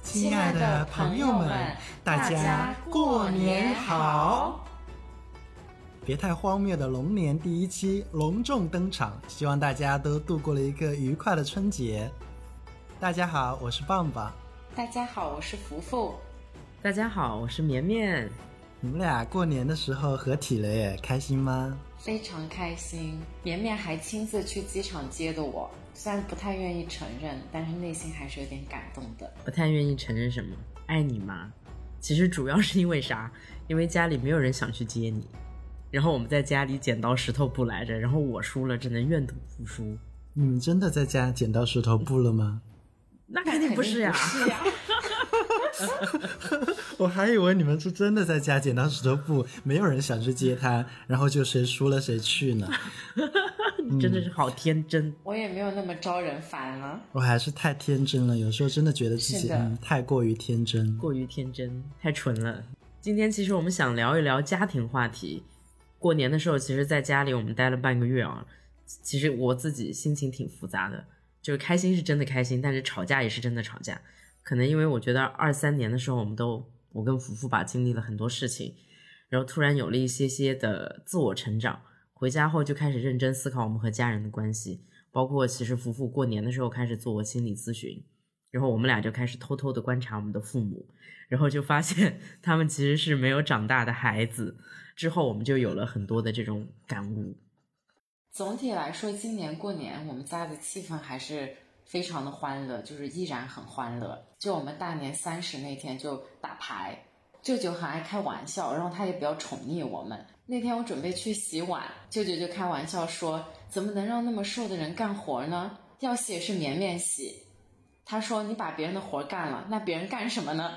亲爱的朋友们，大家过年好！别太荒谬的龙年第一期隆重登场，希望大家都度过了一个愉快的春节。大家好，我是棒棒。 大家好，我是福福。 大家好，我是绵绵。 你们俩过年的时候合体了耶，开心吗？ 非常开心，绵绵还亲自去机场接的我，虽然不太愿意承认，但是内心还是有点感动的。 不太愿意承认什么？爱你吗？其实主要是因为啥？因为家里没有人想去接你，然后我们在家里剪刀石头布来着，然后我输了，只能愿赌服输。 你们真的在家剪刀石头布了吗？ 那肯定不是呀。 我还以为你们是真的在家剪刀石头布，没有人想去接他，然后就谁输了谁去呢。 真的是好天真。 我也没有那么招人烦了。 我还是太天真了，有时候真的觉得自己太过于天真， 过于天真，太蠢了。今天其实我们想聊一聊家庭话题。过年的时候其实在家里我们待了半个月啊，其实我自己心情挺复杂的，就是开心是真的开心，但是吵架也是真的吵架。可能因为我觉得23年的时候我跟福福吧经历了很多事情，然后突然有了一些的自我成长，回家后就开始认真思考我们和家人的关系，包括其实福福过年的时候开始做我心理咨询，然后我们俩就开始偷偷的观察我们的父母，然后就发现他们其实是没有长大的孩子，之后我们就有了很多的这种感悟。 总体来说今年过年我们家的气氛还是非常的欢乐，就是依然很欢乐。就我们大年30那天就打牌，舅舅很爱开玩笑，然后他也比较宠溺我们。那天我准备去洗碗，舅舅就开玩笑说，怎么能让那么瘦的人干活呢？要洗也是绵绵洗。他说你把别人的活干了，那别人干什么呢？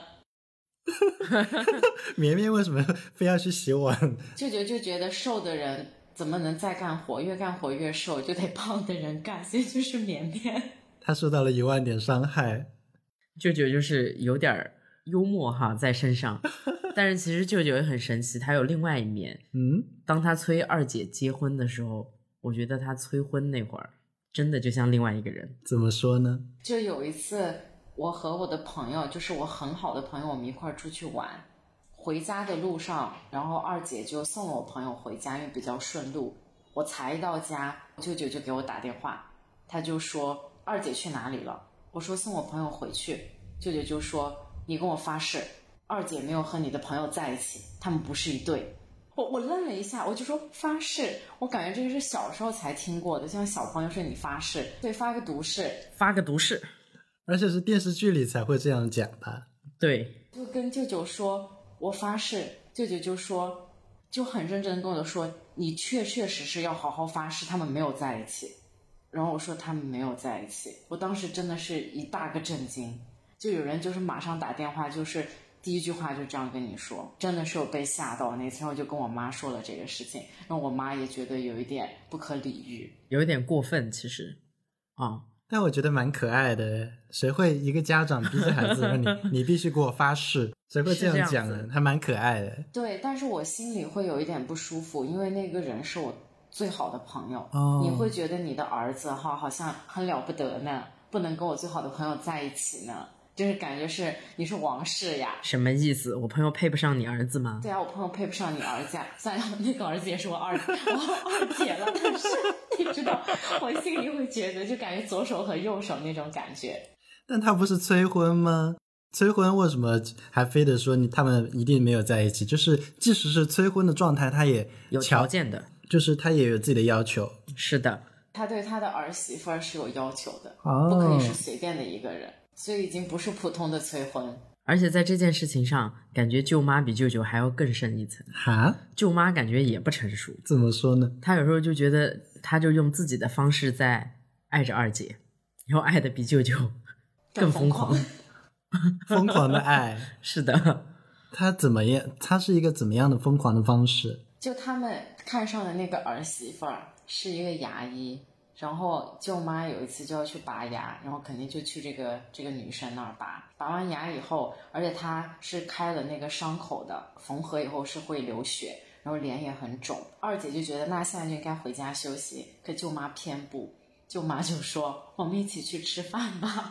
绵绵为什么非要去洗碗？ 舅舅就觉得瘦的人怎么能再干活，越干活越瘦，就得胖的人干，所以就是绵绵。他受到了1万点伤害。 舅舅就是有点幽默哈在身上，但是其实舅舅也很神奇，他有另外一面。当他催二姐结婚的时候，我觉得他催婚那会儿真的就像另外一个人。 怎么说呢？ 就有一次我和我的朋友，就是我很好的朋友，我们一块出去玩，回家的路上，然后二姐就送了我朋友回家，因为比较顺路。我才到家，舅舅就给我打电话，他就说二姐去哪里了？我说送我朋友回去。舅舅就说你跟我发誓，二姐没有和你的朋友在一起，他们不是一对。我愣了一下，我就说发誓，我感觉这个是小时候才听过的，像小朋友说你发誓，对，发个毒誓， 而且是电视剧里才会这样讲的。 对， 就跟舅舅说我发誓，舅舅就说，就很认真跟我说，你确实要好好发誓他们没有在一起。然后我说他们没有在一起，我当时真的是一大个震惊，就有人就是马上打电话，就是第一句话就这样跟你说，真的是有被吓到那次。然后我就跟我妈说了这个事情，然后我妈也觉得有一点不可理喻， 有一点过分其实但我觉得蛮可爱的，谁会一个家长逼着孩子说你必须给我发誓，谁会这样讲呢？还蛮可爱的。 对，但是我心里会有一点不舒服，因为那个人是我最好的朋友。你会觉得你的儿子好像很了不得呢，不能跟我最好的朋友在一起呢，就是感觉是你是王室呀。 什么意思？我朋友配不上你儿子吗？ 对啊，我朋友配不上你儿子呀。虽然那个儿子也是我二姐了，但是你知道我心里会觉得就感觉左手和右手那种感觉。 但他不是催婚吗？催婚为什么还非得说他们一定没有在一起？就是即使是催婚的状态，他也有条件的， 就是他也有自己的要求。 是的， 他对他的儿媳妇是有要求的，不可以是随便的一个人，所以已经不是普通的催婚。 而且在这件事情上，感觉舅妈比舅舅还要更深一层。舅妈感觉也不成熟。 怎么说呢？ 她有时候就觉得，她就用自己的方式在爱着二姐，然后爱的比舅舅更疯狂。 疯狂的爱。 是的。 她怎么样？她是一个怎么样的疯狂的方式？ 就他们看上的那个儿媳妇是一个牙医，然后舅妈有一次就要去拔牙，然后肯定就去这个女生那儿拔。拔完牙以后，而且她是开了那个伤口的，缝合以后是会流血，然后脸也很肿。二姐就觉得那现在就应该回家休息，可舅妈偏不，舅妈就说我们一起去吃饭吧。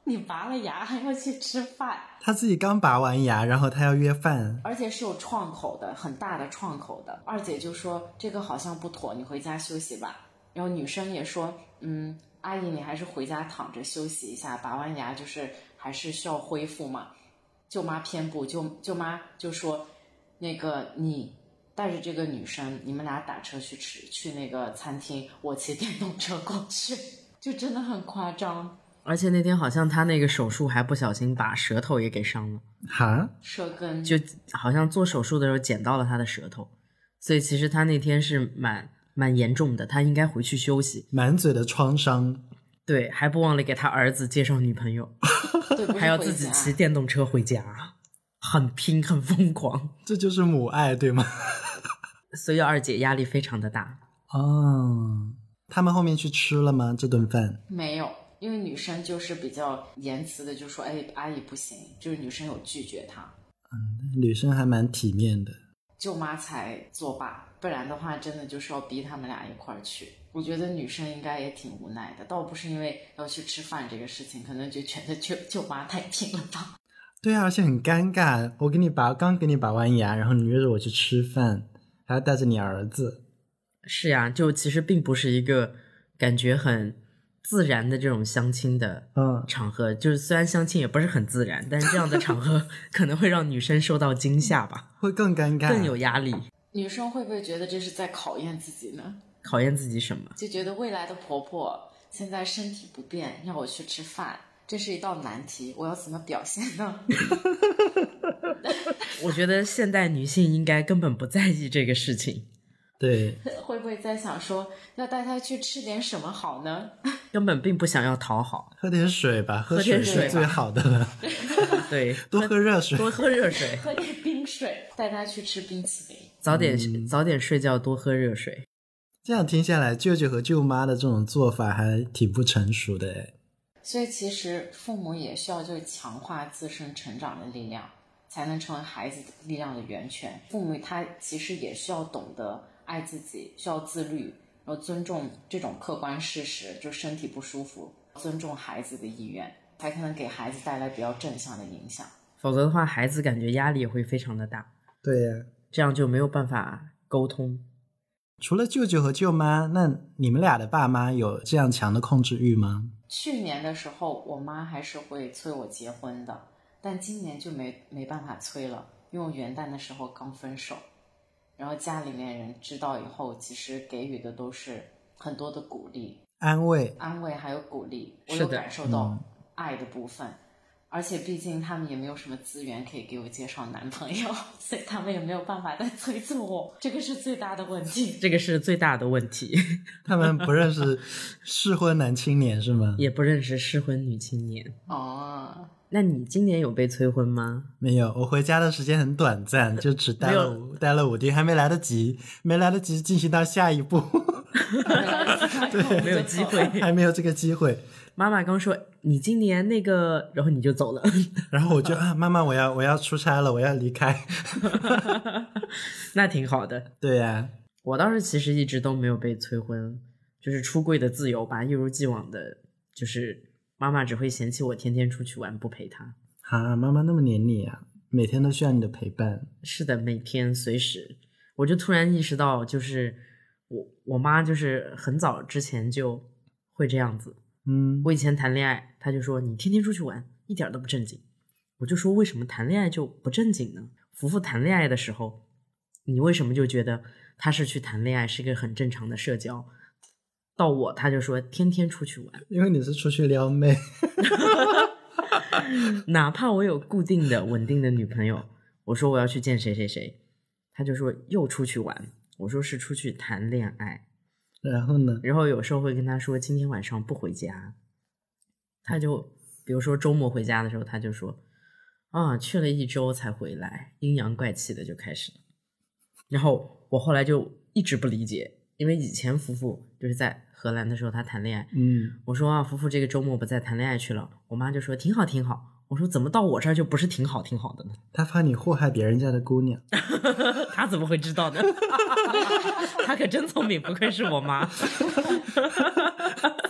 你拔了牙还要去吃饭？ 他自己刚拔完牙，然后他要约饭， 而且是有创口的，很大的创口的。二姐就说这个好像不妥，你回家休息吧。然后女生也说阿姨你还是回家躺着休息一下，拔完牙就是还是需要恢复嘛。舅妈偏不，舅妈就说那个你带着这个女生，你们俩打车去那个餐厅，我骑电动车过去，就真的很夸张。 而且那天好像他那个手术还不小心把舌头也给伤了， 哈， 舌根就好像做手术的时候剪到了他的舌头，所以其实他那天是蛮严重的，他应该回去休息。 满嘴的创伤， 对，还不忘了给他儿子介绍女朋友，还要自己骑电动车回家，很拼很疯狂， 这就是母爱对吗？ 所以二姐压力非常的大。 哦，他们后面去吃了吗？这顿饭没有，因为女生就是比较言辞的，就说哎阿姨不行，就是女生有拒绝她。 女生还蛮体面的， 舅妈才作罢，不然的话真的就是要逼他们俩一块儿去。我觉得女生应该也挺无奈的，倒不是因为要去吃饭这个事情，可能就觉得舅妈太拼了吧。 对啊，而且很尴尬，我刚给你拔完牙，然后你约着我去吃饭，还要带着你儿子。 是呀，就其实并不是一个感觉很自然的这种相亲的场合，就是虽然相亲也不是很自然，但是这样的场合可能会让女生受到惊吓吧， 会更尴尬， 更有压力。 女生会不会觉得这是在考验自己呢？ 考验自己什么？ 就觉得未来的婆婆现在身体不便，让我去吃饭，这是一道难题，我要怎么表现呢？ 我觉得现代女性应该根本不在意这个事情。 对， 会不会在想说要带她去吃点什么好呢？ 根本并不想要讨好， 喝点水吧， 喝点水是最好的了。 对， 多喝热水， 多喝热水， 喝点冰水，带她去吃冰淇淋， 早点睡觉，多喝热水。 这样听下来，舅舅和舅妈的这种做法还挺不成熟的诶。 所以其实父母也需要就是强化自身成长的力量，才能成为孩子力量的源泉。父母他其实也需要懂得爱自己，需要自律，然后尊重这种客观事实，就身体不舒服，尊重孩子的意愿，才可能给孩子带来比较正向的影响。 否则的话，孩子感觉压力也会非常的大。 对呀， 这样就没有办法沟通。 除了舅舅和舅妈，那你们俩的爸妈有这样强的控制欲吗？ 去年的时候，我妈还是会催我结婚的，但今年就没办法催了，因为我元旦的时候刚分手，然后家里面人知道以后，其实给予的都是很多的鼓励、 安慰还有鼓励，我有感受到爱的部分。而且毕竟他们也没有什么资源可以给我介绍男朋友，所以他们也没有办法再催促我，这个是最大的问题。 这个是最大的问题。 他们不认识适婚男青年是吗？ 也不认识适婚女青年。 哦， 那你今年有被催婚吗？ 没有，我回家的时间很短暂，就只待了5天，还没来得及进行到下一步。 对， 没有机会， 还没有这个机会。 妈妈刚说你今年那个，然后你就走了。 然后我就妈妈我要出差了，我要离开。 那挺好的。 对呀， 我倒是其实一直都没有被催婚，就是出柜的自由吧，一如既往的，就是妈妈只会嫌弃我天天出去玩不陪她。 妈妈那么黏你啊，每天都需要你的陪伴。 是的，每天随时。我就突然意识到，就是我妈就是很早之前就会这样子。我以前谈恋爱，她就说你天天出去玩一点都不正经。我就说为什么谈恋爱就不正经呢？夫妇谈恋爱的时候，你为什么就觉得他是去谈恋爱是一个很正常的社交？到我他就说天天出去玩， 因为你是出去撩妹。 哪怕我有固定的稳定的女朋友，我说我要去见谁谁谁，他就说又出去玩，我说是出去谈恋爱。 然后呢？ 然后有时候会跟他说今天晚上不回家，他就比如说周末回家的时候，他就说去了1周才回来，阴阳怪气的就开始了。然后我后来就一直不理解，因为以前夫妇就是在荷兰的时候他谈恋爱，我说夫妇这个周末不在谈恋爱去了，我妈就说挺好挺好。我说怎么到我这儿就不是挺好挺好的呢？ 他怕你祸害别人家的姑娘。 他怎么会知道呢？他可真聪明，不愧是我妈。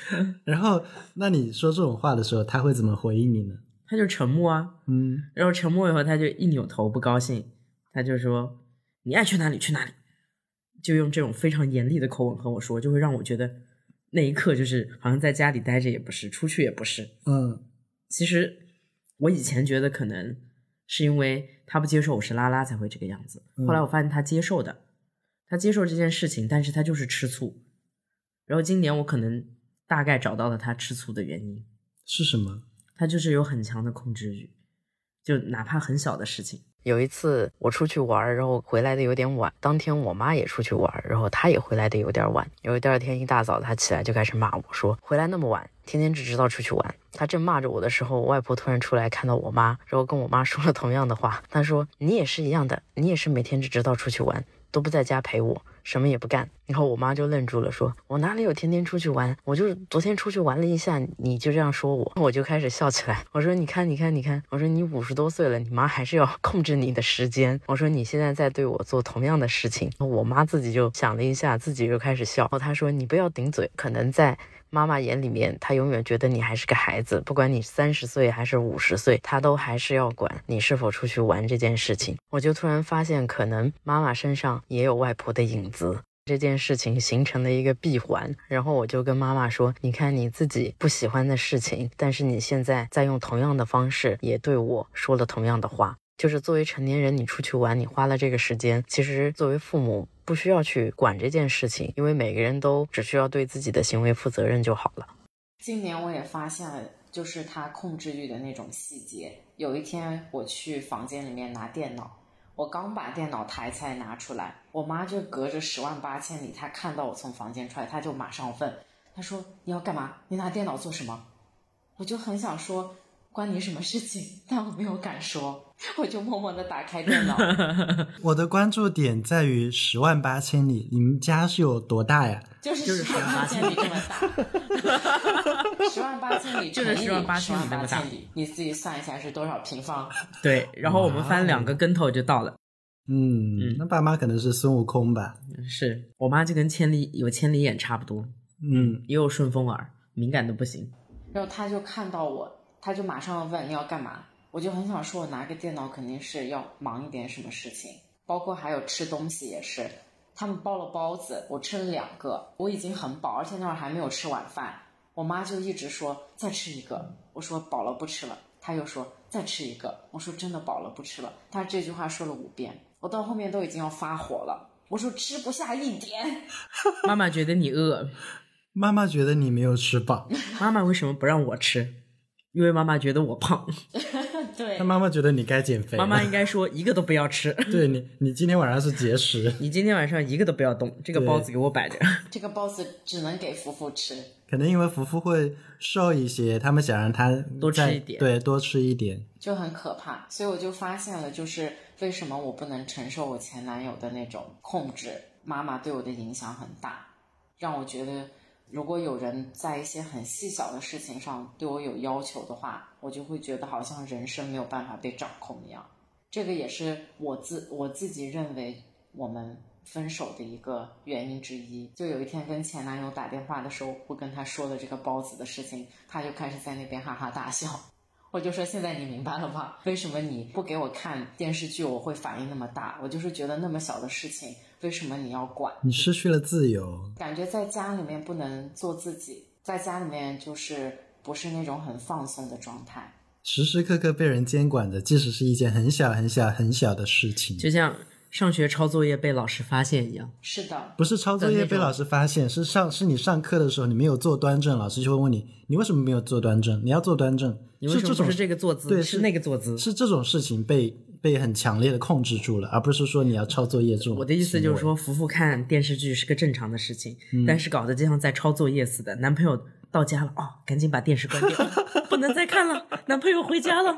然后那你说这种话的时候他会怎么回应你呢？ 他就沉默啊，然后沉默以后他就一扭头不高兴，他就说你爱去哪里去哪里，就用这种非常严厉的口吻和我说，就会让我觉得那一刻就是好像在家里待着也不是，出去也不是。其实我以前觉得可能是因为他不接受我是拉拉才会这个样子，后来我发现他接受的，他接受这件事情，但是他就是吃醋。然后今年我可能大概找到了他吃醋的原因是什么？ 他就是有很强的控制欲，就哪怕很小的事情。有一次我出去玩，然后回来的有点晚，当天我妈也出去玩，然后她也回来的有点晚。因为第二天一大早她起来就开始骂我说回来那么晚，天天只知道出去玩。她正骂着我的时候，我外婆突然出来看到我妈，然后跟我妈说了同样的话。她说你也是一样的，你也是每天只知道出去玩，都不在家陪我，什么也不干。然后我妈就愣住了，说我哪里有天天出去玩，我就是昨天出去玩了一下，你就这样说我。我就开始笑起来，我说你看，我说你50多岁了，你妈还是要控制你的时间，我说你现在在对我做同样的事情。我妈自己就想了一下，自己就开始笑。然后她说你不要顶嘴，可能在妈妈眼里面，她永远觉得你还是个孩子，不管你30岁还是50岁，她都还是要管你是否出去玩这件事情。我就突然发现，可能妈妈身上也有外婆的影子，这件事情形成了一个闭环。然后我就跟妈妈说，你看你自己不喜欢的事情，但是你现在在用同样的方式也对我说了同样的话。就是作为成年人，你出去玩，你花了这个时间，其实作为父母不需要去管这件事情，因为每个人都只需要对自己的行为负责任就好了。 今年我也发现了就是他控制欲的那种细节。有一天我去房间里面拿电脑，我刚把电脑台才拿出来，我妈就隔着10万8千里，她看到我从房间出来，她就马上问，她说你要干嘛？你拿电脑做什么？我就很想说关你什么事情，但我没有敢说，我就默默地打开电脑。 我的关注点在于10万8千里，你们家是有多大呀？ 就是10万8千里这么大。10万8千里就是10万8千里那么大， 你自己算一下是多少平方？ 对，然后我们翻2个跟头就到了。 那爸妈可能是孙悟空吧？ 是我妈就跟千里眼差不多，也有顺风耳，敏感的不行。 然后他就看到我，他就马上问你要干嘛，我就很想说我拿个电脑肯定是要忙一点什么事情，包括还有吃东西也是，他们包了包子，我吃了2个，我已经很饱，而且那会儿还没有吃晚饭，我妈就一直说再吃一个，我说饱了不吃了，她又说再吃一个，我说真的饱了不吃了，她这句话说了5遍，我到后面都已经要发火了，我说吃不下一点。 妈妈觉得你饿， 妈妈觉得你没有吃饱。 妈妈为什么不让我吃？因为妈妈觉得我胖。 对， 那妈妈觉得你该减肥了。 妈妈应该说一个都不要吃。 对，你今天晚上是节食， 你今天晚上一个都不要动，这个包子给我摆着。 这个包子只能给福福吃。 可能因为福福会瘦一些，他们想让他多吃一点， 对，多吃一点， 就很可怕。所以我就发现了，就是为什么我不能承受我前男友的那种控制，妈妈对我的影响很大，让我觉得如果有人在一些很细小的事情上对我有要求的话，我就会觉得好像人生没有办法被掌控一样。这个也是我自己认为我们分手的一个原因之一。就有一天跟前男友打电话的时候，我跟他说了这个包子的事情，他就开始在那边哈哈大笑。我就说现在你明白了吧，为什么你不给我看电视剧我会反应那么大，我就是觉得那么小的事情为什么你要管， 你失去了自由， 感觉在家里面不能做自己，在家里面就是不是那种很放松的状态， 时时刻刻被人监管着，即使是一件很小很小很小的事情， 就像上学抄作业被老师发现一样。 是的， 不是抄作业被老师发现，是你上课的时候你没有坐端正，老师就会问你，你为什么没有坐端正？你要坐端正。 你为什么不是这个坐姿？ 对， 是那个坐姿。 是这种事情被很强烈的控制住了，而不是说你要抄作业这种。 我的意思就是说，福福看电视剧是个正常的事情，但是搞得就像在抄作业似的。男朋友到家了，赶紧把电视关掉，不能再看了，男朋友回家了。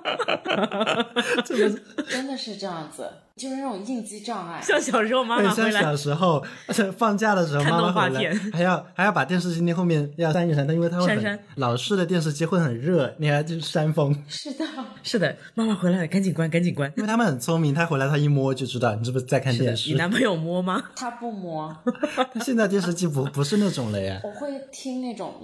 真的是这样子，就是那种应激障碍， 像小时候妈妈回来， 像小时候放假的时候妈妈回来还要把电视机后面要扇一扇，因为它会很老式的电视机会很热，你还就是扇风。 是的， 妈妈回来了，赶紧关，因为他们很聪明，他回来他一摸就知道你是不是在看电视。 你男朋友摸吗？ 他不摸。 他现在电视机不是那种了呀。 我会听那种楼道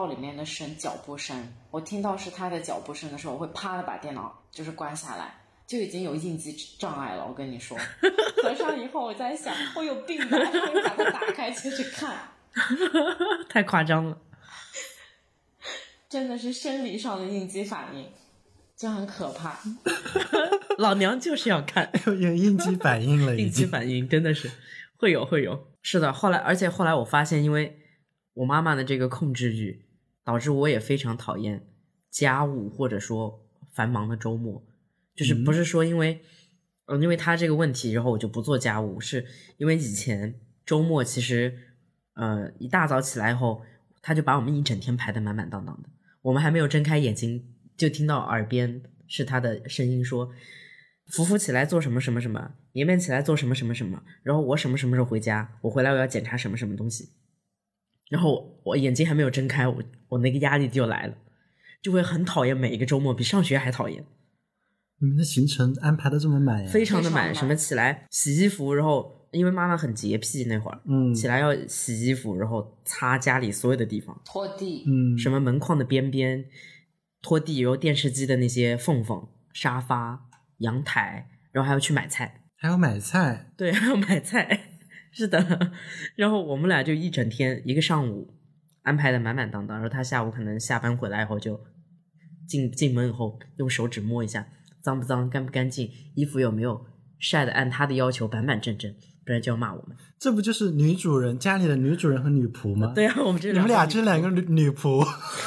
里面的脚步声，我听到是他的脚步声的时候，我会啪的把电脑就是关下来，就已经有应激障碍了。我跟你说，合上以后我在想，我有病吧？我就把它打开接着看， 太夸张了， 真的是生理上的应激反应，就很可怕。 老娘就是要看， 有应激反应了， 应激反应真的是会有。是的，而且后来我发现，因为我妈妈的这个控制欲，导致我也非常讨厌家务或者说繁忙的周末。就是不是说因为她这个问题，然后我就不做家务，是因为以前周末其实一大早起来后，她就把我们一整天排得满满当当的，我们还没有睁开眼睛，就听到耳边是她的声音说，福福起来做什么什么什么，绵绵起来做什么什么什么，然后我什么什么时候回家，我回来我要检查什么什么东西，然后我眼睛还没有睁开，我那个压力就来了，就会很讨厌每一个周末，比上学还讨厌。 你们的行程安排的这么满呀？ 非常的满，什么起来洗衣服，然后因为妈妈很洁癖那会儿，起来要洗衣服，然后擦家里所有的地方， 拖地， 什么门框的边边，拖地，然后电视机的那些缝缝，沙发、阳台，然后还要去买菜， 还要买菜， 对，还要买菜，是的。然后我们俩就一整天一个上午安排的满满当当，然后他下午可能下班回来以后就进门以后用手指摸一下脏不脏干不干净，衣服有没有晒的按他的要求板板正正，不然就要骂我们。 这不就是女主人家里的女主人和女仆吗？ 对啊，我们这你们俩这两个女仆。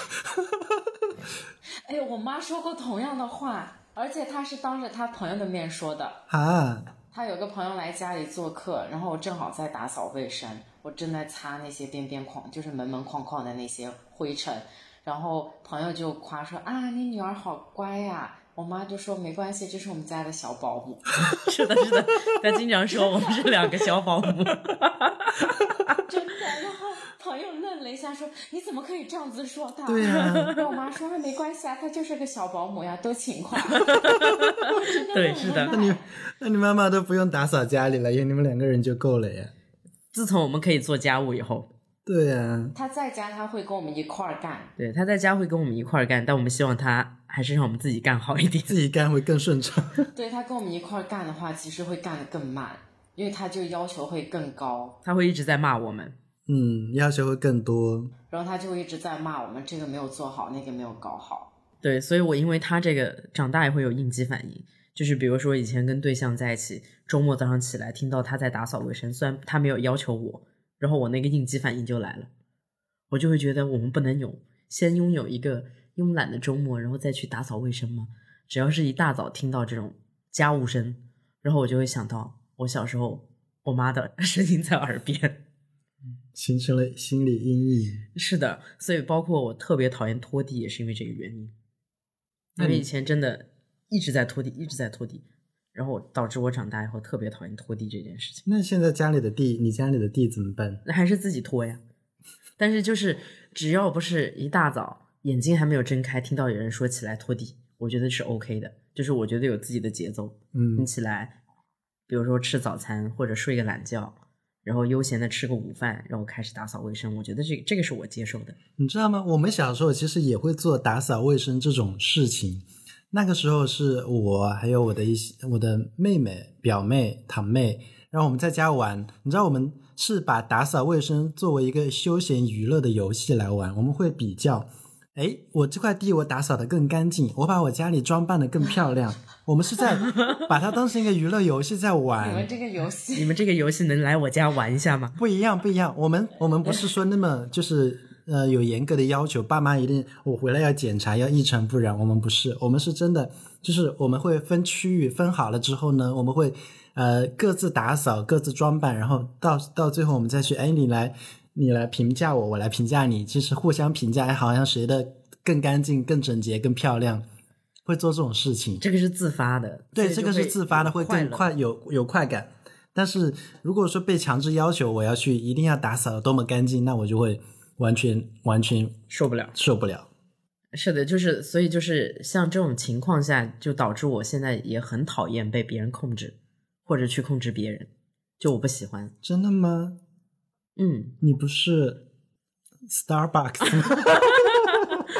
哎，我妈说过同样的话，而且她是当着她朋友的面说的。 啊， 她有个朋友来家里做客，然后我正好在打扫卫生，我正在擦那些边边框，就是门框的那些灰尘，然后朋友就夸说啊，你女儿好乖呀。我妈就说没关系，这是我们家的小保姆。 是的，她经常说我们是两个小保姆。 真的，然后朋友愣了一下说你怎么可以这样子说她？ 对啊， 然后我妈说没关系啊，她就是个小保姆呀，多勤快。 对，是的。 那你妈妈都不用打扫家里了，因为你们两个人就够了呀。 自从我们可以做家务以后， 对呀， 她在家她会跟我们一块儿干。 对，她在家会跟我们一块儿干，但我们希望她还是让我们自己干好一点， 自己干会更顺畅。 对，她跟我们一块儿干的话，其实会干得更慢，因为她就要求会更高。 她会一直在骂我们。 要求会更多。 然后她就会一直在骂我们这个没有做好，那个没有搞好。 对，所以我因为她这个长大也会有应激反应，就是比如说以前跟对象在一起，周末早上起来听到他在打扫卫生，虽然他没有要求我，然后我那个应激反应就来了，我就会觉得我们不能先拥有一个慵懒的周末，然后再去打扫卫生吗？只要是一大早听到这种家务声，然后我就会想到我小时候我妈的声音在耳边， 形成了心理阴影。 是的，所以包括我特别讨厌拖地也是因为这个原因，因为以前真的一直在拖地，然后导致我长大以后特别讨厌拖地这件事情。 那现在你家里的地怎么办？ 那还是自己拖呀。但是就是只要不是一大早眼睛还没有睁开听到有人说起来拖地，我觉得是 OK 的，就是我觉得有自己的节奏。你起来比如说吃早餐或者睡个懒觉，然后悠闲的吃个午饭，然后开始打扫卫生，我觉得这个是我接受的。 你知道吗？我们小时候其实也会做打扫卫生这种事情。那个时候是我还有我的妹妹、表妹、堂妹，然后我们在家玩。你知道我们是把打扫卫生作为一个休闲娱乐的游戏来玩，我们会比较，我这块地我打扫得更干净，我把我家里装扮得更漂亮。我们是在把它当成一个娱乐游戏在玩。 你们这个游戏能来我家玩一下吗？ 不一样，我们不是说那么就是有严格的要求，爸妈一定我回来要检查要一尘不染，我们不是，我们是真的就是我们会分区域，分好了之后呢，我们会各自打扫各自装扮，然后到最后我们再去你来评价我来评价你，其实互相评价好像谁的更干净更整洁更漂亮，会做这种事情。 这个是自发的。 对，这个是自发的，会更快有快感。但是如果说被强制要求我要去一定要打扫多么干净，那我就会完全受不了。 是的，就是所以就是像这种情况下，就导致我现在也很讨厌被别人控制或者去控制别人，就我不喜欢。 真的吗？你不是 Starbucks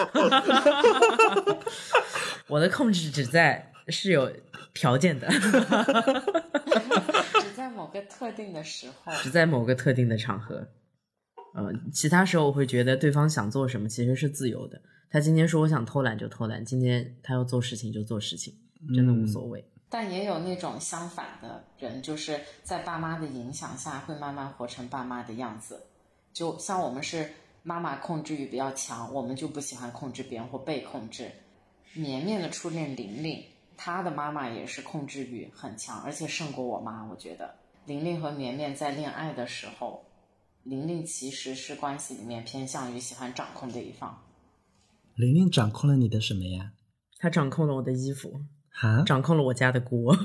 我的控制是有条件的， 只在某个特定的时候， 只在某个特定的场合。其他时候我会觉得对方想做什么其实是自由的。他今天说我想偷懒就偷懒，今天他要做事情就做事情，真的无所谓。 但也有那种相反的人，就是在爸妈的影响下会慢慢活成爸妈的样子。就像我们是妈妈控制欲比较强，我们就不喜欢控制别人或被控制。绵绵的初恋玲玲，她的妈妈也是控制欲很强，而且胜过我妈。我觉得玲玲和绵绵在恋爱的时候，玲玲其实是关系里面偏向于喜欢掌控的一方。 玲玲掌控了你的什么呀？ 她掌控了我的衣服， 哈， 掌控了我家的锅。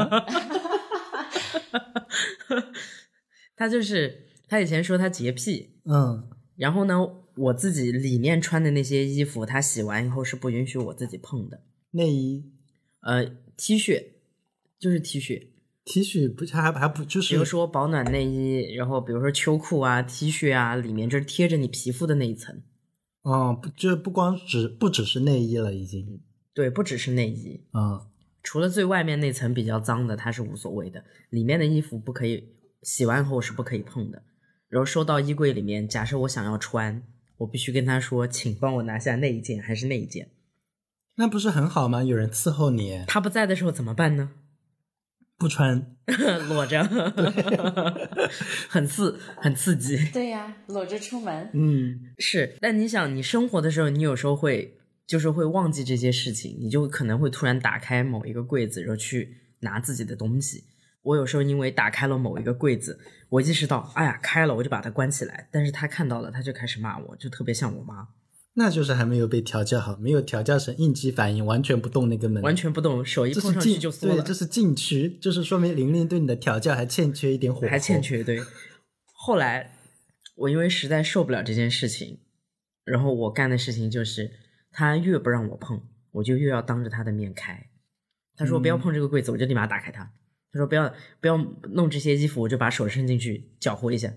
他以前说他洁癖，然后呢，我自己里面穿的那些衣服，他洗完以后是不允许我自己碰的。 内衣 ，T 恤就是 T 恤不还不就是， 比如说保暖内衣，然后比如说秋裤啊 T 恤啊，里面就是贴着你皮肤的那一层。 就不只是内衣了已经。 对，不只是内衣。除了最外面那层比较脏的它是无所谓的，里面的衣服不可以，洗完后是不可以碰的。然后收到衣柜里面，假设我想要穿，我必须跟他说请帮我拿下那一件还是那一件。 那不是很好吗？有人伺候你。 他不在的时候怎么办呢？ 不穿裸着很刺激。 对呀，裸着出门。 是。但你想，你生活的时候你有时候会忘记这些事情，你就可能会突然打开某一个柜子，然后去拿自己的东西。我有时候因为打开了某一个柜子，我意识到哎呀开了，我就把它关起来，但是他看到了，他就开始骂我，就特别像我妈。 那就是还没有被调教好，没有调教成应激反应，完全不动那个门， 完全不动，手一碰上去就缩了。 对，这是禁区，就是说明玲玲对你的调教还欠缺一点火候， 还欠缺。对，后来我因为实在受不了这件事情，然后我干的事情就是他越不让我碰，我就越要当着他的面开。他说不要碰这个柜子，我就立马打开它。他说不要弄这些衣服，我就把手伸进去搅和一下。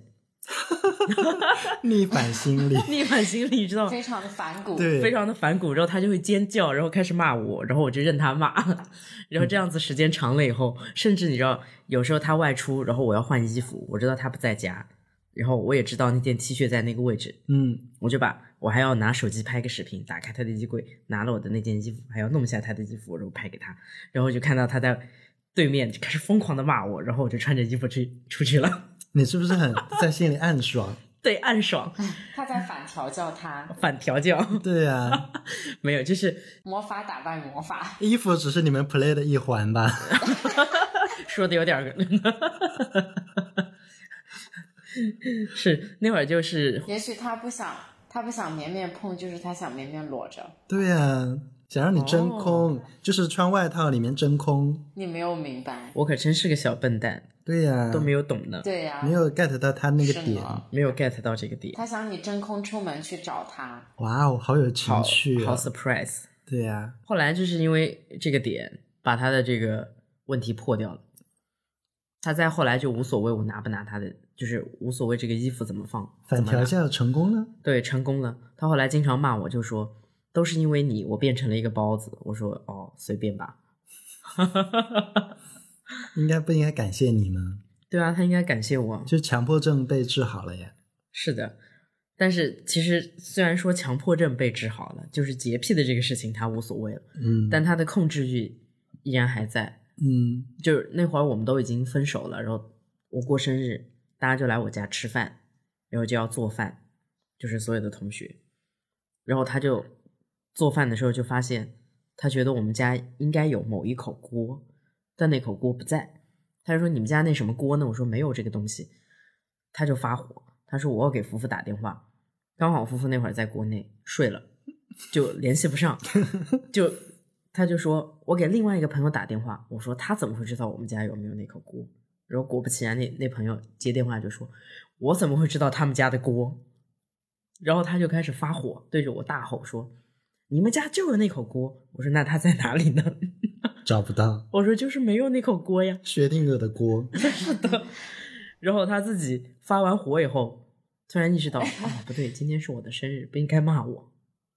逆反心理逆反心理知道吗？ 非常的反骨。 对， 非常的反骨。然后他就会尖叫，然后开始骂我，然后我就任他骂。然后这样子时间长了以后，甚至你知道有时候他外出，然后我要换衣服，我知道他不在家，然后我也知道那件 T 恤在那个位置，我还要拿手机拍个视频，打开他的衣柜，拿了我的那件衣服，还要弄下他的衣服，然后拍给他，然后就看到他在对面就开始疯狂的骂我，然后我就穿着衣服出去了。 你是不是很在心里暗爽？ 对，暗爽。 他在反调教他。 反调教。 对啊。 没有，就是魔法打败魔法。 衣服只是你们 play 的一环吧。 说的有点是那会儿就是也许他不想绵绵碰，就是他想绵绵裸着。 对啊，想让你真空，就是穿外套里面真空。 你没有明白， 我可真是个小笨蛋。 对呀， 都没有懂呢。 对呀， 没有 get 到他那个点， 没有 get 到这个点。 他想你真空出门去找他。 哇哦，好有情趣好 surprise。 对呀， 后来就是因为这个点把他的这个问题破掉了。他再后来就无所谓我拿不拿他的，就是无所谓这个衣服怎么放。 反调教成功了。 对，成功了。他后来经常骂我，就说都是因为你我变成了一个包子。我说哦，随便吧。 不应该感谢你吗？ 对啊，他应该感谢我。 就强迫症被治好了呀。 是的，但是其实虽然说强迫症被治好了，就是洁癖的这个事情他无所谓了，但他的控制欲依然还在。就是那会儿我们都已经分手了，然后我过生日，大家就来我家吃饭，然后就要做饭，就是所有的同学，然后他就做饭的时候就发现，他觉得我们家应该有某一口锅，但那口锅不在。他就说你们家那什么锅呢？我说没有这个东西。他就发火，他说我要给福福打电话，刚好福福那会儿在国内睡了，就联系不上。他就说我给另外一个朋友打电话，我说他怎么会知道我们家有没有那口锅？然后果不其然那朋友接电话就说我怎么会知道他们家的锅？然后他就开始发火，对着我大吼说你们家就有那口锅。我说那他在哪里呢？ 找不到。 我说就是没有那口锅呀。 薛定谔的锅。 是的。然后他自己发完火以后突然意识到不对，今天是我的生日，不应该骂我。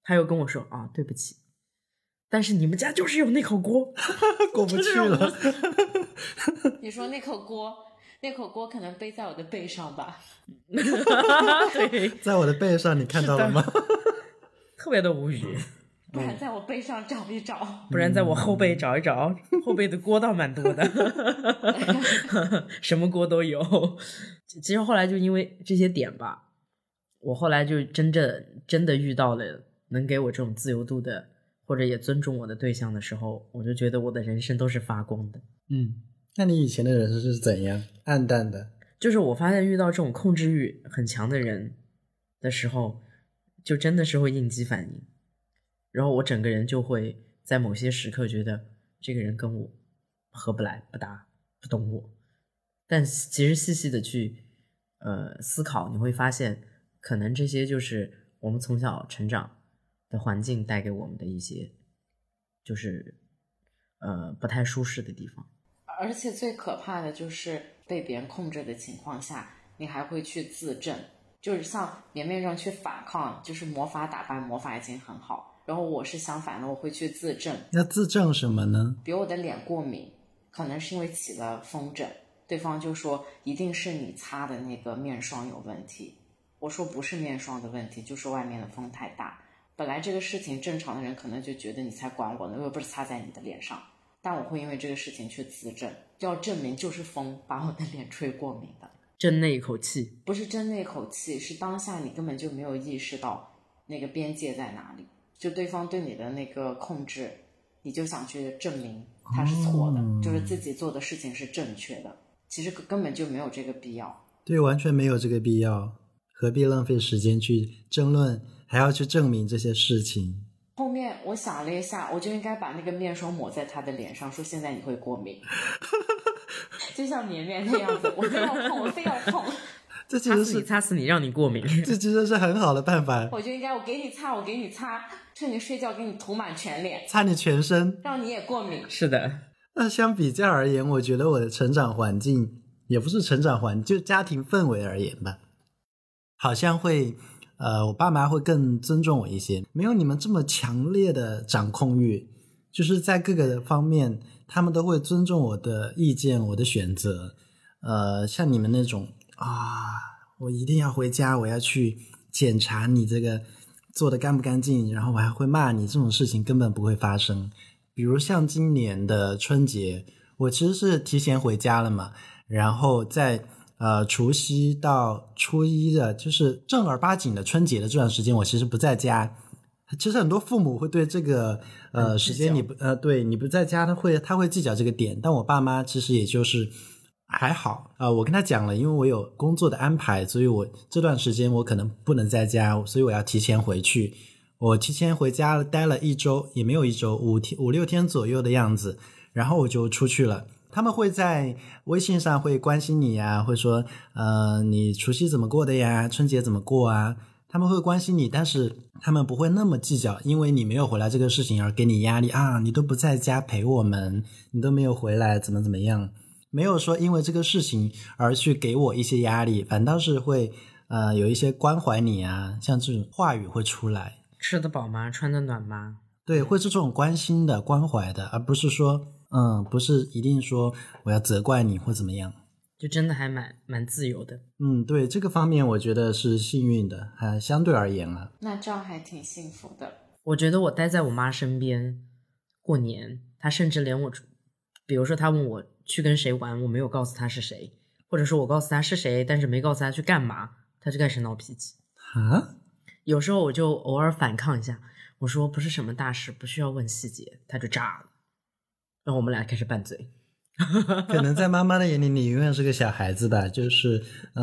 他又跟我说啊，对不起，但是你们家就是有那口锅， 过不去了。 你说那口锅可能背在我的背上吧？ 对， 在我的背上，你看到了吗？ 特别的无语。 不然在我背上找一找， 不然在我后背找一找，后背的锅倒蛮多的，什么锅都有。其实后来就因为这些点吧，我后来就真的遇到了能给我这种自由度的，或者也尊重我的对象的时候，我就觉得我的人生都是发光的。 那你以前的人生是怎样？暗淡的？ 就是我发现遇到这种控制欲很强的人的时候，就真的是会应激反应。然后我整个人就会在某些时刻觉得这个人跟我合不来、不搭、不懂我。但其实细细的去思考，你会发现可能这些就是我们从小成长的环境带给我们的一些就是不太舒适的地方。 而且最可怕的就是被别人控制的情况下，你还会去自证，就是像绵绵这样去反抗，就是魔法打败魔法已经很好。然后我是相反的，我会去自证。 要自证什么呢？ 比如我的脸过敏，可能是因为起了风疹，对方就说一定是你擦的那个面霜有问题。我说不是面霜的问题，就是外面的风太大。本来这个事情正常的人可能就觉得你才管我呢，又不是擦在你的脸上。但我会因为这个事情去自证，要证明就是风把我的脸吹过敏的。 争那一口气， 不是争那口气，是当下你根本就没有意识到那个边界在哪里。就对方对你的那个控制，你就想去证明他是错的，就是自己做的事情是正确的，其实根本就没有这个必要。 对，完全没有这个必要，何必浪费时间去争论，还要去证明这些事情？ 后面我想了一下，我就应该把那个面霜抹在他的脸上，说现在你会过敏，就像绵绵那样子，我非要碰，我非要碰。 这其实是擦死你，让你过敏。 这其实是很好的办法。 我就应该我给你擦，我给你擦，趁你睡觉给你涂满全脸， 擦你全身， 让你也过敏。 是的。 那相比较而言，我觉得我的成长环境也不是成长环境，就家庭氛围而言吧，好像会我爸妈会更尊重我一些，没有你们这么强烈的掌控欲，就是在各个方面他们都会尊重我的意见，我的选择。像你们那种我一定要回家，我要去检查你这个做的干不干净，然后我还会骂你，这种事情根本不会发生。比如像今年的春节，我其实是提前回家了嘛，然后在除夕到初一的，就是正儿八经的春节的这段时间，我其实不在家。其实很多父母会对这个时间你不对你不在家，他会计较这个点，但我爸妈其实也就是还好我跟他讲了，因为我有工作的安排，所以我这段时间我可能不能在家，所以我要提前回去。我提前回家待了1周，也没有1周，5-6天左右的样子，然后我就出去了。他们会在微信上会关心你呀，会说你除夕怎么过的呀，春节怎么过啊，他们会关心你，但是他们不会那么计较，因为你没有回来这个事情而给你压力你都不在家陪我们，你都没有回来怎么样，没有说因为这个事情而去给我一些压力，反倒是会有一些关怀你啊，像这种话语会出来。 吃得饱吗？穿得暖吗？ 对，会是这种关心的关怀的，而不是说不是一定说我要责怪你或怎么样， 就真的还蛮自由的。 对，这个方面我觉得是幸运的，相对而言啊。 那这样还挺幸福的。 我觉得我待在我妈身边过年，她甚至连我，比如说她问我去跟谁玩，我没有告诉她是谁，或者说我告诉她是谁，但是没告诉她去干嘛，她就开始闹脾气。有时候我就偶尔反抗一下，我说不是什么大事，不需要问细节，她就炸了，然后我们俩开始拌嘴。 可能在妈妈的眼里，你永远是个小孩子吧，就是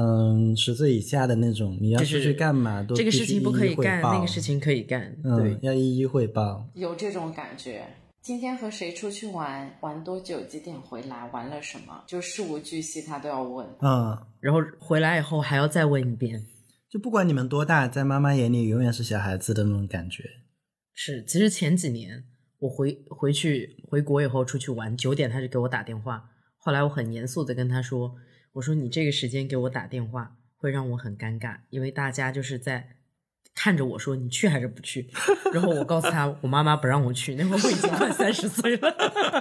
10岁以下的那种，你要出去干嘛都这个事情不可以干，那个事情情可以干，对， 要一一汇报。 有这种感觉。今天和谁出去玩，玩多久，几点回来，玩了什么，就事无巨细他都要问。 然后回来以后还要再问一遍。 就不管你们多大，在妈妈眼里永远是小孩子的那种感觉。 是，其实前几年我回国以后出去玩，9点他就给我打电话，后来我很严肃的跟他说，我说你这个时间给我打电话会让我很尴尬，因为大家就是在看着我说你去还是不去？然后我告诉他我妈妈不让我去，那会儿我已经快30岁了。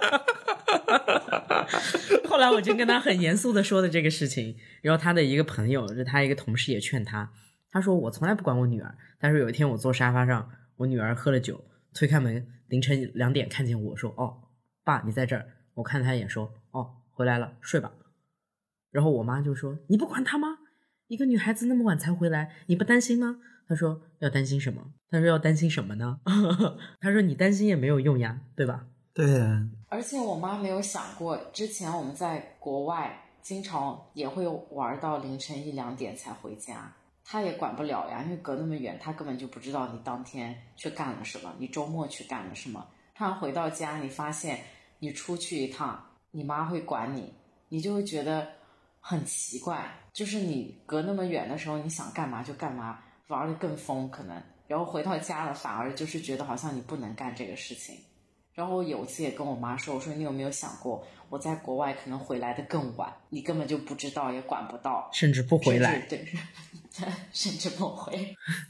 后来我就跟他很严肃的说的这个事情，然后他的一个朋友，就他一个同事也劝他，他说我从来不管我女儿，但是有一天我坐沙发上，我女儿喝了酒，推开门，凌晨2点看见我说，哦，爸你在这儿，我看他一眼说，哦，回来了，睡吧。然后我妈就说，你不管她吗？一个女孩子那么晚才回来，你不担心吗？他说要担心什么？他说要担心什么呢？他说你担心也没有用呀，对吧？ 对啊， 而且我妈没有想过，之前我们在国外经常也会玩到凌晨1、2点才回家，她也管不了呀，因为隔那么远，她根本就不知道你当天去干了什么，你周末去干了什么。她回到家，你发现你出去一趟，你妈会管你，你就会觉得很奇怪，就是你隔那么远的时候，你想干嘛就干嘛，玩得更疯可能，然后回到家了，反而就是觉得好像你不能干这个事情。然后我有一次也跟我妈说，我说你有没有想过，我在国外可能回来的更晚，你根本就不知道，也管不到， 甚至不回来， 对，甚至不回，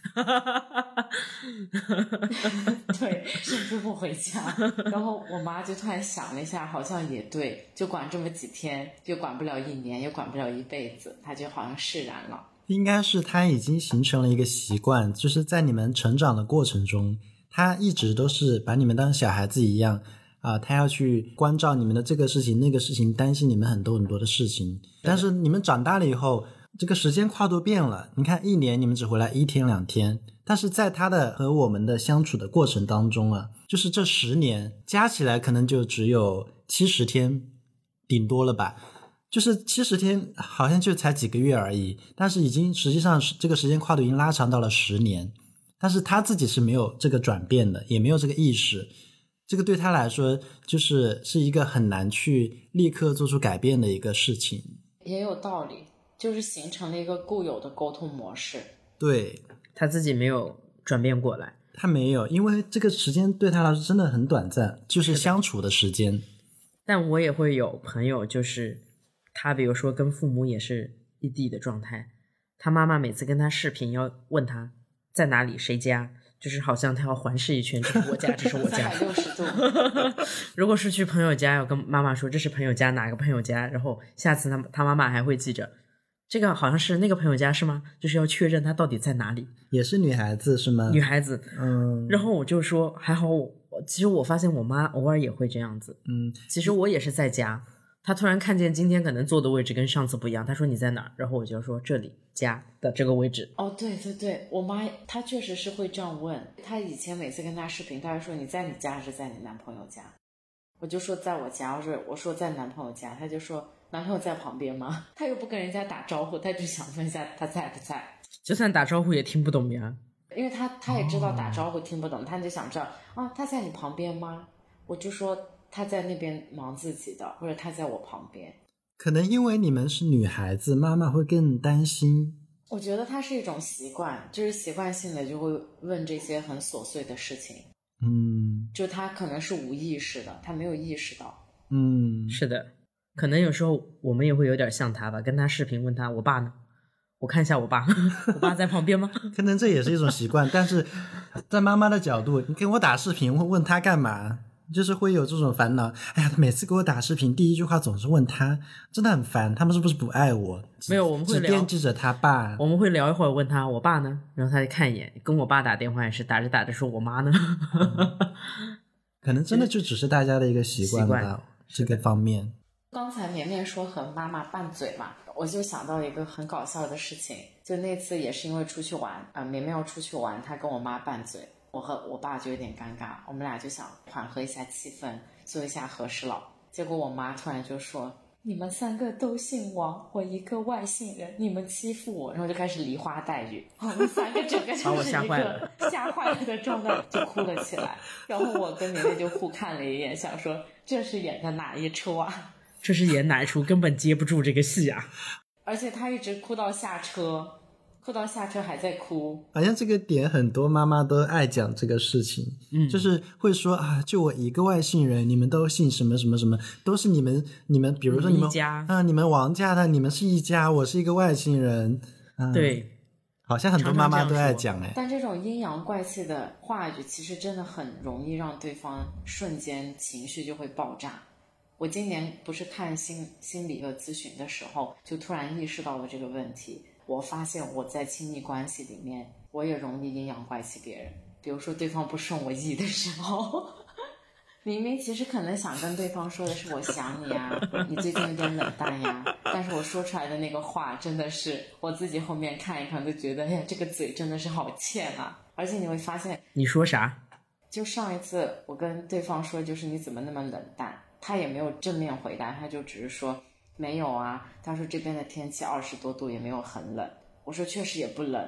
对，甚至不回家。然后我妈就突然想了一下，好像也对，就管这么几天，就管不了1年，也管不了一辈子，她就好像释然了。 应该是他已经形成了一个习惯，就是在你们成长的过程中，他一直都是把你们当小孩子一样他要去关照你们的这个事情那个事情，担心你们很多很多的事情。但是你们长大了以后，这个时间跨度变了，你看1年你们只回来1天2天，但是在他的和我们的相处的过程当中就是这10年加起来可能就只有70天顶多了吧，就是70天好像就才几个月而已，但是已经实际上这个时间跨度已经拉长到了10年，但是他自己是没有这个转变的，也没有这个意识，这个对他来说是一个很难去立刻做出改变的一个事情。 也有道理，就是形成了一个固有的沟通模式。 对， 他自己没有转变过来， 他没有，因为这个时间对他来说真的很短暂，就是相处的时间。 但我也会有朋友，就是他比如说跟父母也是异地的状态，他妈妈每次跟他视频要问他在哪里谁家，就是好像他要环视一圈，这是我家这是我家 360度如果是去朋友家要跟妈妈说这是朋友家哪个朋友家，然后下次他妈妈还会记着这个好像是那个朋友家是吗，就是要确认他到底在哪里。 也是女孩子是吗？ 女孩子然后我就说还好其实我发现我妈偶尔也会这样子其实我也是在家，她突然看见今天可能坐的位置跟上次不一样，她说你在哪儿，然后我就说这里家的这个位置。 哦，对对对，我妈她确实是会这样问，她以前每次跟她视频，她就说你在你家还是在你男朋友家，我就说在我家，我说在男朋友家，她就说男朋友在旁边吗？她又不跟人家打招呼，她就想问一下他在不在， 就算打招呼也听不懂呀， 因为她也知道打招呼听不懂，她就想知道他在你旁边吗？我就说他在那边忙自己的，或者他在我旁边。 可能因为你们是女孩子，妈妈会更担心。 我觉得它是一种习惯，就是习惯性的就会问这些很琐碎的事情。就他可能是无意识的，他没有意识到。 是的，可能有时候我们也会有点像他吧，跟他视频问他我爸呢，我看一下我爸我爸在旁边吗？ 可能这也是一种习惯，但是在妈妈的角度，你跟我打视频问他干嘛，就是会有这种烦恼。哎呀，每次给我打视频第一句话总是问他，真的很烦，他们是不是不爱我？ 没有，我们会聊， 只惦记着他爸。 我们会聊一会儿，问他我爸呢，然后他就看一眼，跟我爸打电话也是打着打着说我妈呢可能真的就只是大家的一个习惯吧，这个方面。 刚才绵绵说和妈妈拌嘴嘛，我就想到一个很搞笑的事情，就那次也是因为出去玩绵绵要出去玩，她跟我妈拌嘴，我和我爸就有点尴尬，我们俩就想缓和一下气氛，做一下和事佬。结果我妈突然就说你们3个都姓王，我一个外姓人，你们欺负我，然后就开始梨花带雨，我们3个整个就是一个吓坏了的状态，就哭了起来。然后我跟绵绵就互看了一眼，想说这是演的哪一出啊？ 这是演哪一出，根本接不住这个戏啊！ 而且他一直哭到下车，哭到下车还在哭。 好像这个点很多妈妈都爱讲这个事情，就是会说就我一个外姓人，你们都姓什么什么什么，都是你们，比如说你们一家你们王家的，你们是一家，我是一个外姓人。 对， 好像很多妈妈都爱讲哎。 但这种阴阳怪气的话语其实真的很容易让对方瞬间情绪就会爆炸。我今年不是看心理咨询的时候，就突然意识到了这个问题。我发现我在亲密关系里面，我也容易阴阳怪气别人。比如说对方不顺我意的时候，明明其实可能想跟对方说的是我想你啊，你最近有点冷淡呀，但是我说出来的那个话真的是我自己后面看一看都觉得，哎呀，这个嘴真的是好欠啊。而且你会发现， 你说啥？ 就上一次我跟对方说，就是你怎么那么冷淡，他也没有正面回答，他就只是说没有啊，他说这边的天气20多度也没有很冷，我说确实也不冷。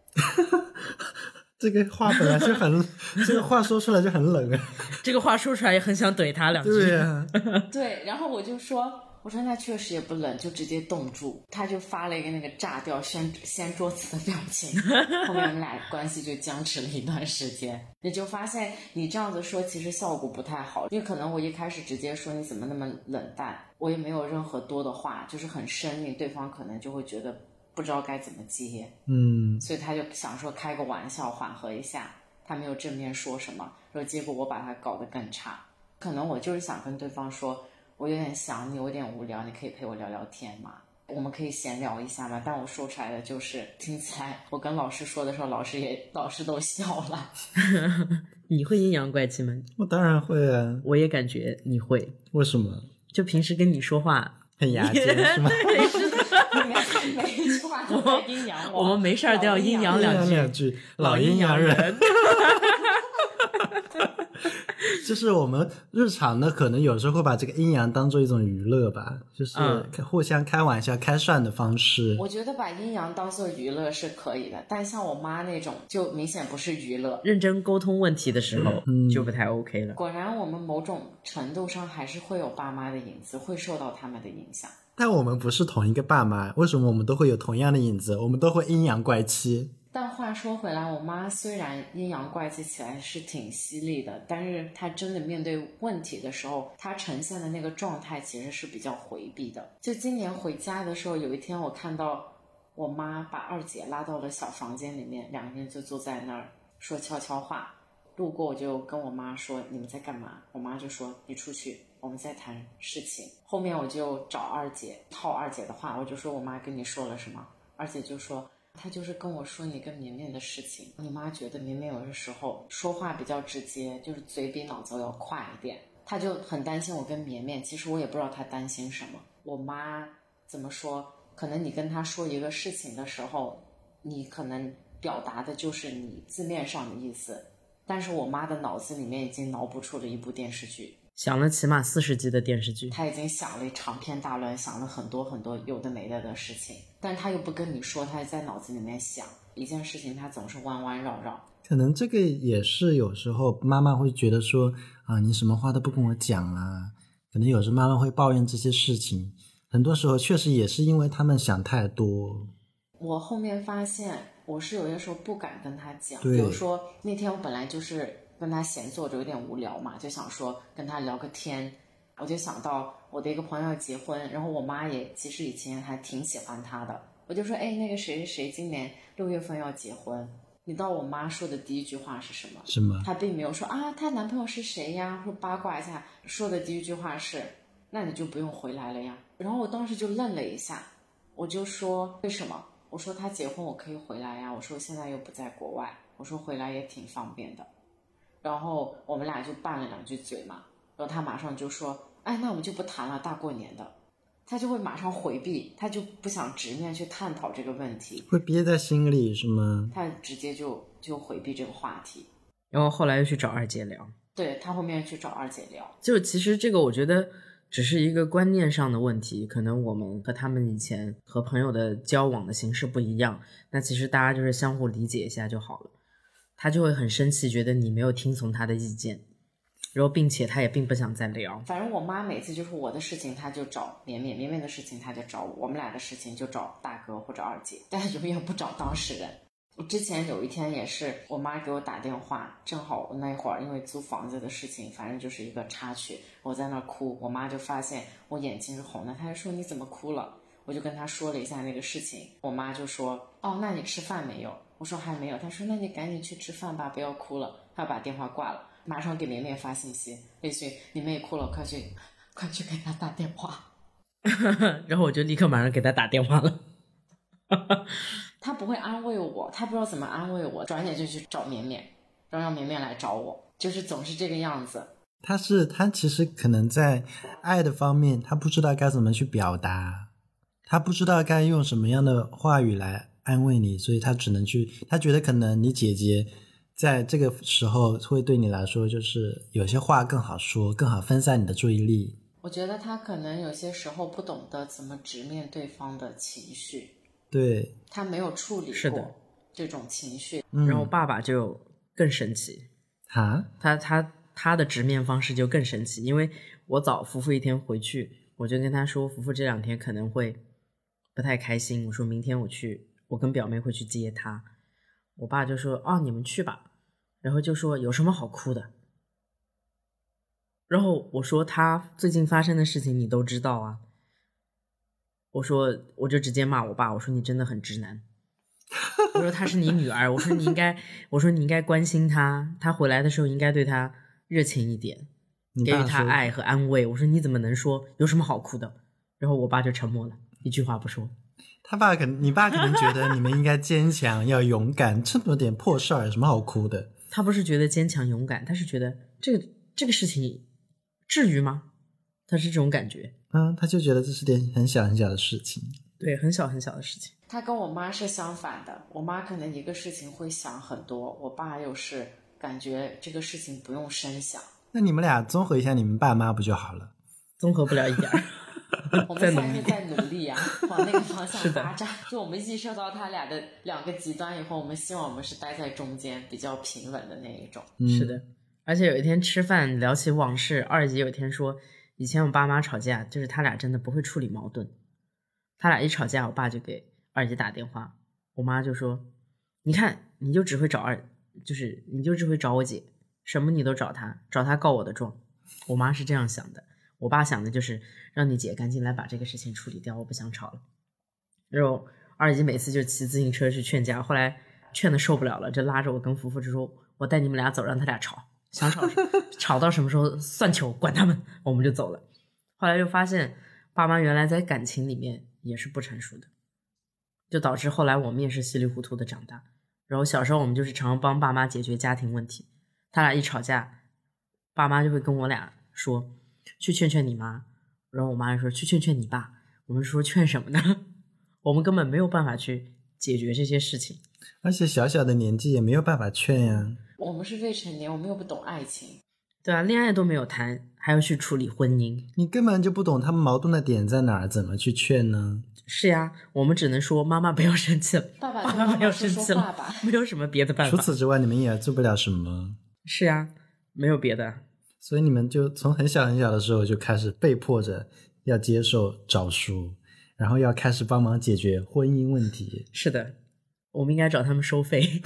这个话本来就很这个话说出来就很冷啊。 这个话说出来也很想怼他两句。 对啊。 对，然后我说那确实也不冷，就直接冻住。他就发了一个那个炸掉掀桌子的表情，后面我们俩关系就僵持了一段时间。你就发现你这样子说其实效果不太好，因为可能我一开始直接说你怎么那么冷淡，我也没有任何多的话，就是很生硬，对方可能就会觉得不知道该怎么接。所以他就想说开个玩笑缓和一下，他没有正面说什么，然后结果我把他搞得更差。可能我就是想跟对方说，我有点想你，我有点无聊，你可以陪我聊聊天吗？我们可以闲聊一下吗？但我说出来的就是听起来，我跟老师说的时候，老师都笑了。 你会阴阳怪气吗？ 我当然会啊。 我也感觉你会。 为什么？ 就平时跟你说话很牙尖是吗？ 对，是的。 每一句话都在阴阳我们没事都要阴阳两句， 老阴阳人。就是我们日常呢，可能有时候会把这个阴阳当做一种娱乐吧，就是互相开玩笑、开涮的方式。 我觉得把阴阳当做娱乐是可以的，但像我妈那种就明显不是娱乐。 认真沟通问题的时候就不太 OK 了。 果然我们某种程度上还是会有爸妈的影子，会受到他们的影响。 但我们不是同一个爸妈，为什么我们都会有同样的影子？我们都会阴阳怪气。 但话说回来，我妈虽然阴阳怪气起来是挺犀利的，但是她真的面对问题的时候，她呈现的那个状态其实是比较回避的。就今年回家的时候，有一天我看到我妈把二姐拉到了小房间里面，两个人就坐在那儿说悄悄话。路过我就跟我妈说你们在干嘛，我妈就说你出去，我们在谈事情。后面我就找二姐套二姐的话，我就说我妈跟你说了什么，二姐就说她就是跟我说你跟绵绵的事情。你妈觉得绵绵有的时候说话比较直接，就是嘴比脑子要快一点，她就很担心我跟绵绵。其实我也不知道她担心什么。我妈怎么说，可能你跟她说一个事情的时候，你可能表达的就是你字面上的意思，但是我妈的脑子里面已经脑补出了一部电视剧， 想了起码40集的电视剧。 她已经想了长篇大论，想了很多很多有的没的事情，但她又不跟你说，她在脑子里面想一件事情，她总是弯弯绕绕。 可能这个也是有时候妈妈会觉得说啊，你什么话都不跟我讲啊，可能有时候妈妈会抱怨这些事情，很多时候确实也是因为他们想太多。 我后面发现我是有些时候不敢跟她讲，比如说那天我本来就是跟她闲坐着有点无聊嘛，就想说跟她聊个天，我就想到我的一个朋友要结婚，然后我妈也其实以前还挺喜欢他的，我就说哎，那个谁谁谁今年6月份要结婚。你知道我妈说的第一句话是什么？ 什么？ 她并没有说啊她男朋友是谁呀，说八卦一下，说的第一句话是那你就不用回来了呀。然后我当时就愣了一下，我就说为什么？我说他结婚我可以回来呀，我说现在又不在国外，我说回来也挺方便的。然后我们俩就拌了2句嘴嘛，然后他马上就说哎，那我们就不谈了，大过年的。他就会马上回避，他就不想直面去探讨这个问题， 会憋在心里是吗？ 他直接就回避这个话题。 然后后来又去找二姐聊。 对，他后面去找二姐聊。 就其实这个我觉得只是一个观念上的问题，可能我们和他们以前和朋友的交往的形式不一样，那其实大家就是相互理解一下就好了。他就会很生气，觉得你没有听从他的意见，然后并且他也并不想再聊。 反正我妈每次就是我的事情她就找绵绵，绵绵的事情她就找我，我们俩的事情就找大哥或者二姐，但是永远不找当事人。我之前有一天也是我妈给我打电话，正好我那会儿因为租房子的事情，反正就是一个插曲，我在那哭，我妈就发现我眼睛是红的，她就说你怎么哭了？ 我就跟他说了一下那个事情，我妈就说哦，那你吃饭没有？我说还没有。她说那你赶紧去吃饭吧，不要哭了。她把电话挂了，马上给绵绵发信息，类似于你妹哭了，快去给她打电话。 然后我就立刻马上给他打电话了。 他不会安慰我，他不知道怎么安慰我，转眼就去找绵绵，然后让绵绵来找我，就是总是这个样子。 他其实可能在爱的方面，他不知道该怎么去表达，他不知道该用什么样的话语来安慰你，所以他只能他觉得可能你姐姐在这个时候会对你来说，就是有些话更好说，更好分散你的注意力。 我觉得他可能有些时候不懂得怎么直面对方的情绪， 对， 他没有处理过这种情绪。 然后爸爸就更生气，他的直面方式就更生气，因为我早福福一天回去，我就跟他说福福这2天可能会不太开心，我说明天我跟表妹会去接他。我爸就说哦，你们去吧，然后就说有什么好哭的。然后我说他最近发生的事情你都知道啊，我就直接骂我爸，我说你真的很直男。我说她是你女儿，我说你应该关心她，她回来的时候应该对她热情一点，给予她爱和安慰。我说你怎么能说有什么好哭的？然后我爸就沉默了，一句话不说。 你爸可能觉得你们应该坚强要勇敢，这么点破事儿有什么好哭的？ 他不是觉得坚强勇敢，他是觉得这个事情至于吗？他是这种感觉。 他就觉得这是点很小很小的事情。 对，很小很小的事情。 他跟我妈是相反的，我妈可能一个事情会想很多，我爸又是感觉这个事情不用深想。 那你们俩综合一下你们爸妈不就好了？ 综合不了一点儿。 我们现在在努力啊，往那个方向发展。就我们意识到他俩的2个极端以后，我们希望我们是待在中间，比较平稳的那一种。 是的，而且有一天吃饭聊起往事，二姐有一天说，以前我爸妈吵架，就是他俩真的不会处理矛盾。他俩一吵架，我爸就给二姐打电话，我妈就说：“你看，你就只会找我姐，什么你都找她告我的状。”我妈是这样想的，我爸想的就是让你姐赶紧来把这个事情处理掉，我不想吵了。然后二姐每次就骑自行车去劝架，后来劝的受不了了，就拉着我跟福福就说：“我带你们俩走，让他俩吵，想吵到什么时候算球，管他们。”我们就走了。后来就发现爸妈原来在感情里面也是不成熟的，就导致后来我们也是稀里糊涂的长大。然后小时候我们就是常帮爸妈解决家庭问题，他俩一吵架，爸妈就会跟我俩说去劝劝你妈，然后我妈就说去劝劝你爸。我们说劝什么呢？我们根本没有办法去解决这些事情， 而且小小的年纪也没有办法劝呀。 我们是未成年，我们又不懂爱情。 对啊，恋爱都没有谈，还要去处理婚姻， 你根本就不懂他们矛盾的点在哪儿，怎么去劝呢？ 是呀，我们只能说妈妈不要生气了， 爸爸不要生气了，没有什么别的办法。 除此之外，你们也做不了什么。 是呀，没有别的。 所以你们就从很小很小的时候就开始被迫着要接受早熟，然后要开始帮忙解决婚姻问题。 是的，我们应该找他们收费。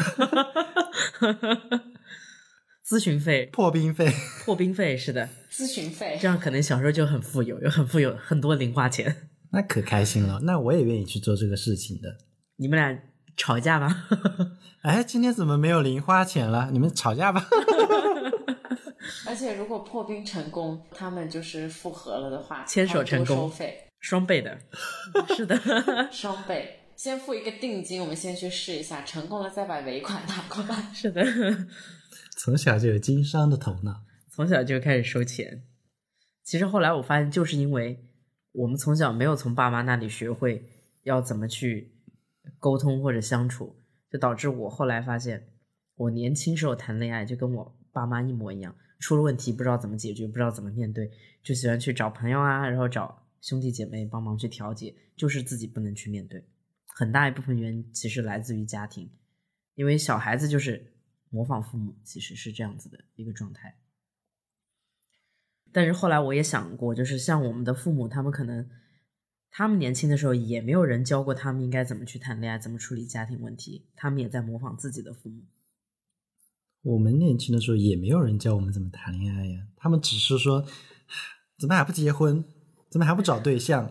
咨询费、 破冰费， 是的， 咨询费， 这样可能小时候就很富有，很多零花钱， 那可开心了。那我也愿意去做这个事情的。 你们俩吵架吧。 哎，今天怎么没有零花钱了？你们吵架吧。 而且如果破冰成功，他们就是复合了的话， 牵手成功， 收费双倍的。是的， 双倍。先付一个定金，我们先去试一下，成功了再把尾款拿过来。 是的。 从小就有经商的头脑， 从小就开始收钱。其实后来我发现，就是因为我们从小没有从爸妈那里学会要怎么去沟通或者相处，就导致我后来发现，我年轻时候谈恋爱就跟我爸妈一模一样，出了问题不知道怎么解决，不知道怎么面对，就喜欢去找朋友啊，然后找兄弟姐妹帮忙去调解，就是自己不能去面对。很大一部分原因其实来自于家庭，因为小孩子就是模仿父母，其实是这样子的一个状态。但是后来我也想过，就是像我们的父母，他们可能他们年轻的时候也没有人教过他们应该怎么去谈恋爱，怎么处理家庭问题，他们也在模仿自己的父母。 我们年轻的时候也没有人教我们怎么谈恋爱呀，他们只是说怎么还不结婚，怎么还不找对象，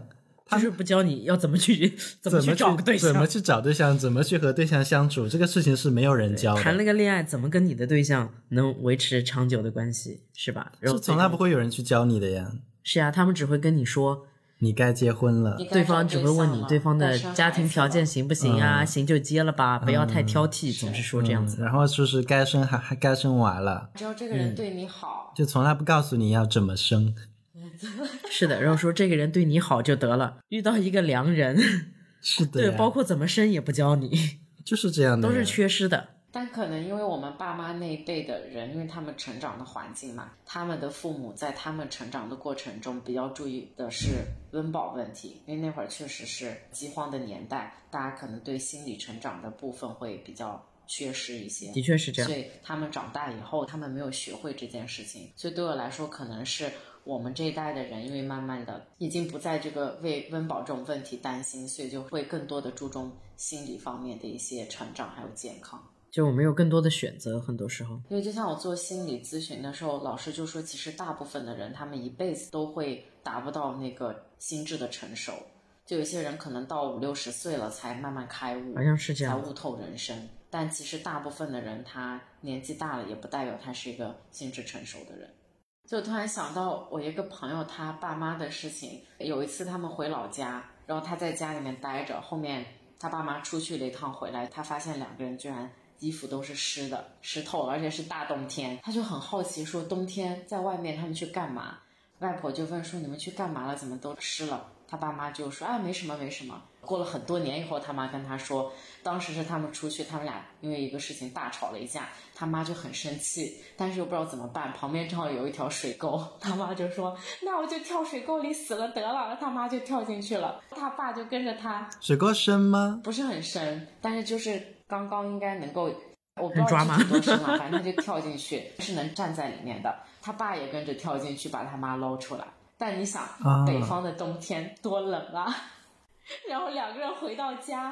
就是不教你要怎么去找个对象， 怎么去找对象，怎么去和对象相处，这个事情是没有人教的。 谈了个恋爱，怎么跟你的对象能维持长久的关系，是吧？ 是从来不会有人去教你的呀。 是呀，他们只会跟你说你该结婚了， 对方只会问你对方的家庭条件行不行啊，行就结了吧，不要太挑剔，总是说这样子。 然后说是该生还该生娃了， 只要这个人对你好， 就从来不告诉你要怎么生。 是的，然后说这个人对你好就得了，遇到一个良人， 是的， 对，包括怎么生也不教你， 就是这样的， 都是缺失的。 但可能因为我们爸妈那一辈的人，因为他们成长的环境嘛，他们的父母在他们成长的过程中比较注意的是温饱问题，因为那会儿确实是饥荒的年代，大家可能对心理成长的部分会比较缺失一些， 的确是这样。 所以他们长大以后，他们没有学会这件事情，所以对我来说，可能是我们这一代的人，因为慢慢的已经不在这个为温饱这种问题担心，所以就会更多的注重心理方面的一些成长还有健康。 就我们有更多的选择，很多时候。 因为就像我做心理咨询的时候，老师就说，其实大部分的人他们一辈子都会达不到那个心智的成熟，就有些人可能到50、60岁了才慢慢开悟， 好像是这样， 才悟透人生。但其实大部分的人他年纪大了，也不代表他是一个心智成熟的人。就突然想到我一个朋友他爸妈的事情，有一次他们回老家，然后他在家里面待着，后面他爸妈出去了一趟回来，他发现两个人居然衣服都是湿的，湿透了，而且是大冬天。他就很好奇说冬天在外面他们去干嘛，外婆就问说你们去干嘛了，怎么都湿了。他爸妈就说没什么没什么。过了很多年以后，他妈跟他说当时是他们出去，他们俩因为一个事情大吵了一架，他妈就很生气，但是又不知道怎么办，旁边正好有一条水沟，他妈就说那我就跳水沟里死了得了，他妈就跳进去了，他爸就跟着他。 水沟深吗？ 不是很深，但是就是刚刚应该能够，我不知道具体多深了，反正他就跳进去，是能站在里面的。他爸也跟着跳进去把他妈捞出来。但你想，北方的冬天多冷啊！然后两个人回到家，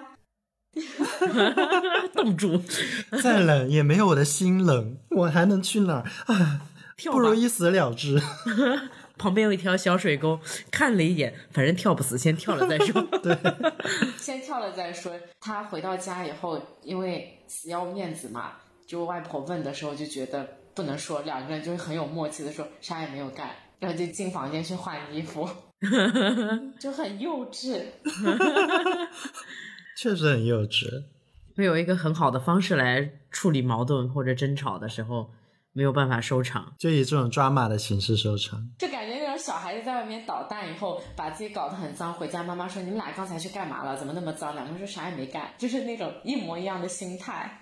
冻住， 再冷也没有我的心冷，我还能去哪儿啊？不如一死了之。 旁边有一条小水沟，看了一眼，反正跳不死，先跳了再说。 对， 先跳了再说。他回到家以后，因为死要面子嘛，就外婆问的时候就觉得不能说，两个人就很有默契的说啥也没有干，然后就进房间去换衣服，就很幼稚。 确实很幼稚。 会有一个很好的方式来处理矛盾或者争吵的时候，没有办法收场， 就以这种抓马的形式收场。 就感觉那种小孩子在外面捣蛋以后，把自己搞得很脏，回家妈妈说你们俩刚才去干嘛了？怎么那么脏？两个人说啥也没干，就是那种一模一样的心态。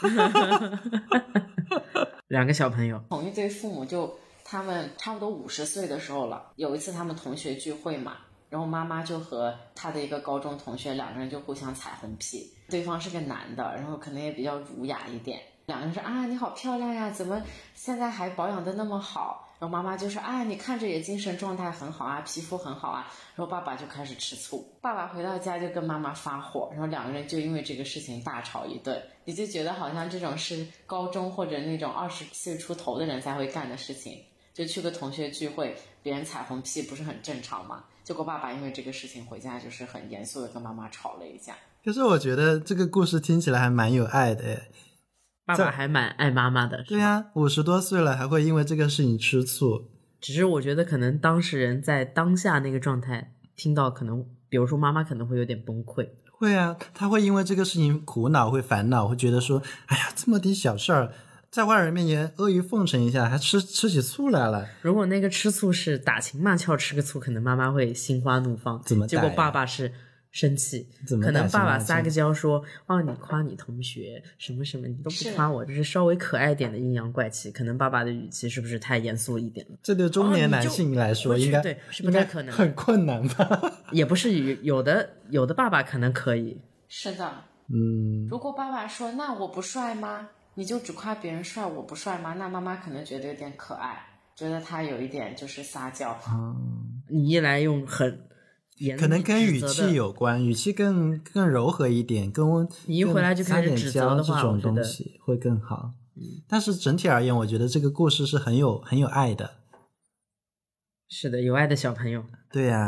两个小朋友， 同一对父母就他们差不多50岁的时候了，有一次他们同学聚会嘛，然后妈妈就和他的一个高中同学两个人就互相彩虹屁，对方是个男的，然后可能也比较儒雅一点，两个人说你好漂亮呀，怎么现在还保养得那么好？然后妈妈就说你看着也精神状态很好啊，皮肤很好啊。然后爸爸就开始吃醋，爸爸回到家就跟妈妈发火，然后两个人就因为这个事情大吵一顿。你就觉得好像这种是高中或者那种20岁出头的人才会干的事情，就去个同学聚会，别人彩虹屁不是很正常吗？结果爸爸因为这个事情回家就是很严肃的跟妈妈吵了一架。 可是我觉得这个故事听起来还蛮有爱的耶， 爸爸还蛮爱妈妈的。 对啊，50多岁了还会因为这个事情吃醋。 只是我觉得可能当事人在当下那个状态听到，可能比如说妈妈可能会有点崩溃。 会啊，他会因为这个事情苦恼，会烦恼，会觉得说哎呀，这么点小事儿在外人面前阿谀奉承一下，还吃起醋来了。 如果那个吃醋是打情骂俏吃个醋，可能妈妈会心花怒放。 怎么打呀？ 结果爸爸是生气，可能爸爸撒个娇说你夸你同学什么什么，你都不夸我，就是稍微可爱点的阴阳怪气。可能爸爸的语气是不是太严肃一点了？ 这对中年男性来说应该对是不太可能， 很困难吧？ 也不是，有的爸爸可能可以。 是的，如果爸爸说那我不帅吗？你就只夸别人帅，我不帅吗？那妈妈可能觉得有点可爱，觉得他有一点就是撒娇。 你一来用很可能跟语气有关，语气更柔和一点， 你一回来就开始指责的话， 这种东西会更好。但是整体而言，我觉得这个故事是很有爱的。 是的，有爱的小朋友。 对啊，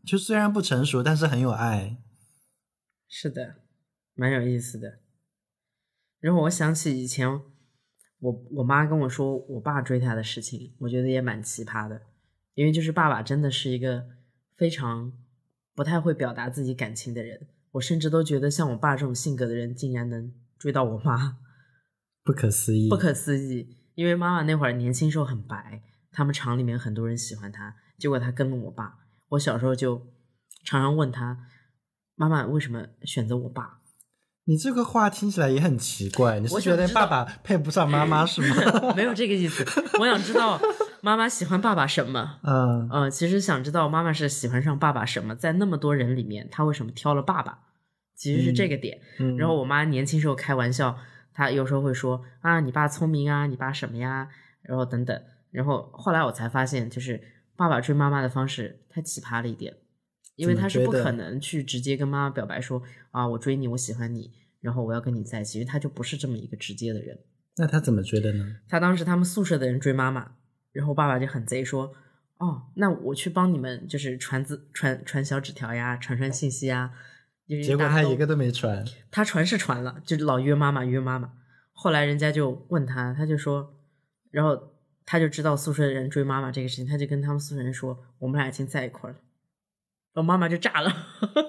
就虽然不成熟，但是很有爱。 是的，蛮有意思的。然后我想起以前我妈跟我说我爸追她的事情，我觉得也蛮奇葩的。因为就是爸爸真的是一个非常不太会表达自己感情的人，我甚至都觉得像我爸这种性格的人竟然能追到我妈， 不可思议， 不可思议。因为妈妈那会儿年轻时候很白，他们厂里面很多人喜欢她，结果她跟了我爸。我小时候就常常问她，妈妈为什么选择我爸？ 你这个话听起来也很奇怪，你是觉得爸爸配不上妈妈是吗？ 没有这个意思，我想知道妈妈喜欢爸爸什么。其实想知道妈妈是喜欢上爸爸什么，在那么多人里面她为什么挑了爸爸，其实是这个点。然后我妈年轻时候开玩笑，她有时候会说啊你爸聪明啊，你爸什么呀，然后等等。然后后来我才发现，就是爸爸追妈妈的方式太奇葩了一点，因为他是不可能去直接跟妈妈表白说啊我追你，我喜欢你，然后我要跟你在一起，因为他就不是这么一个直接的人。 那他怎么追的呢？ 他当时他们宿舍的人追妈妈，然后爸爸就很贼说，哦那我去帮你们就是传小纸条呀，传信息呀。 结果他一个都没传。 他传是传了，就老约妈妈。后来人家就问他，他就说，然后他就知道宿舍的人追妈妈这个事情，他就跟他们宿舍人说我们俩已经在一块了。然后妈妈就炸了。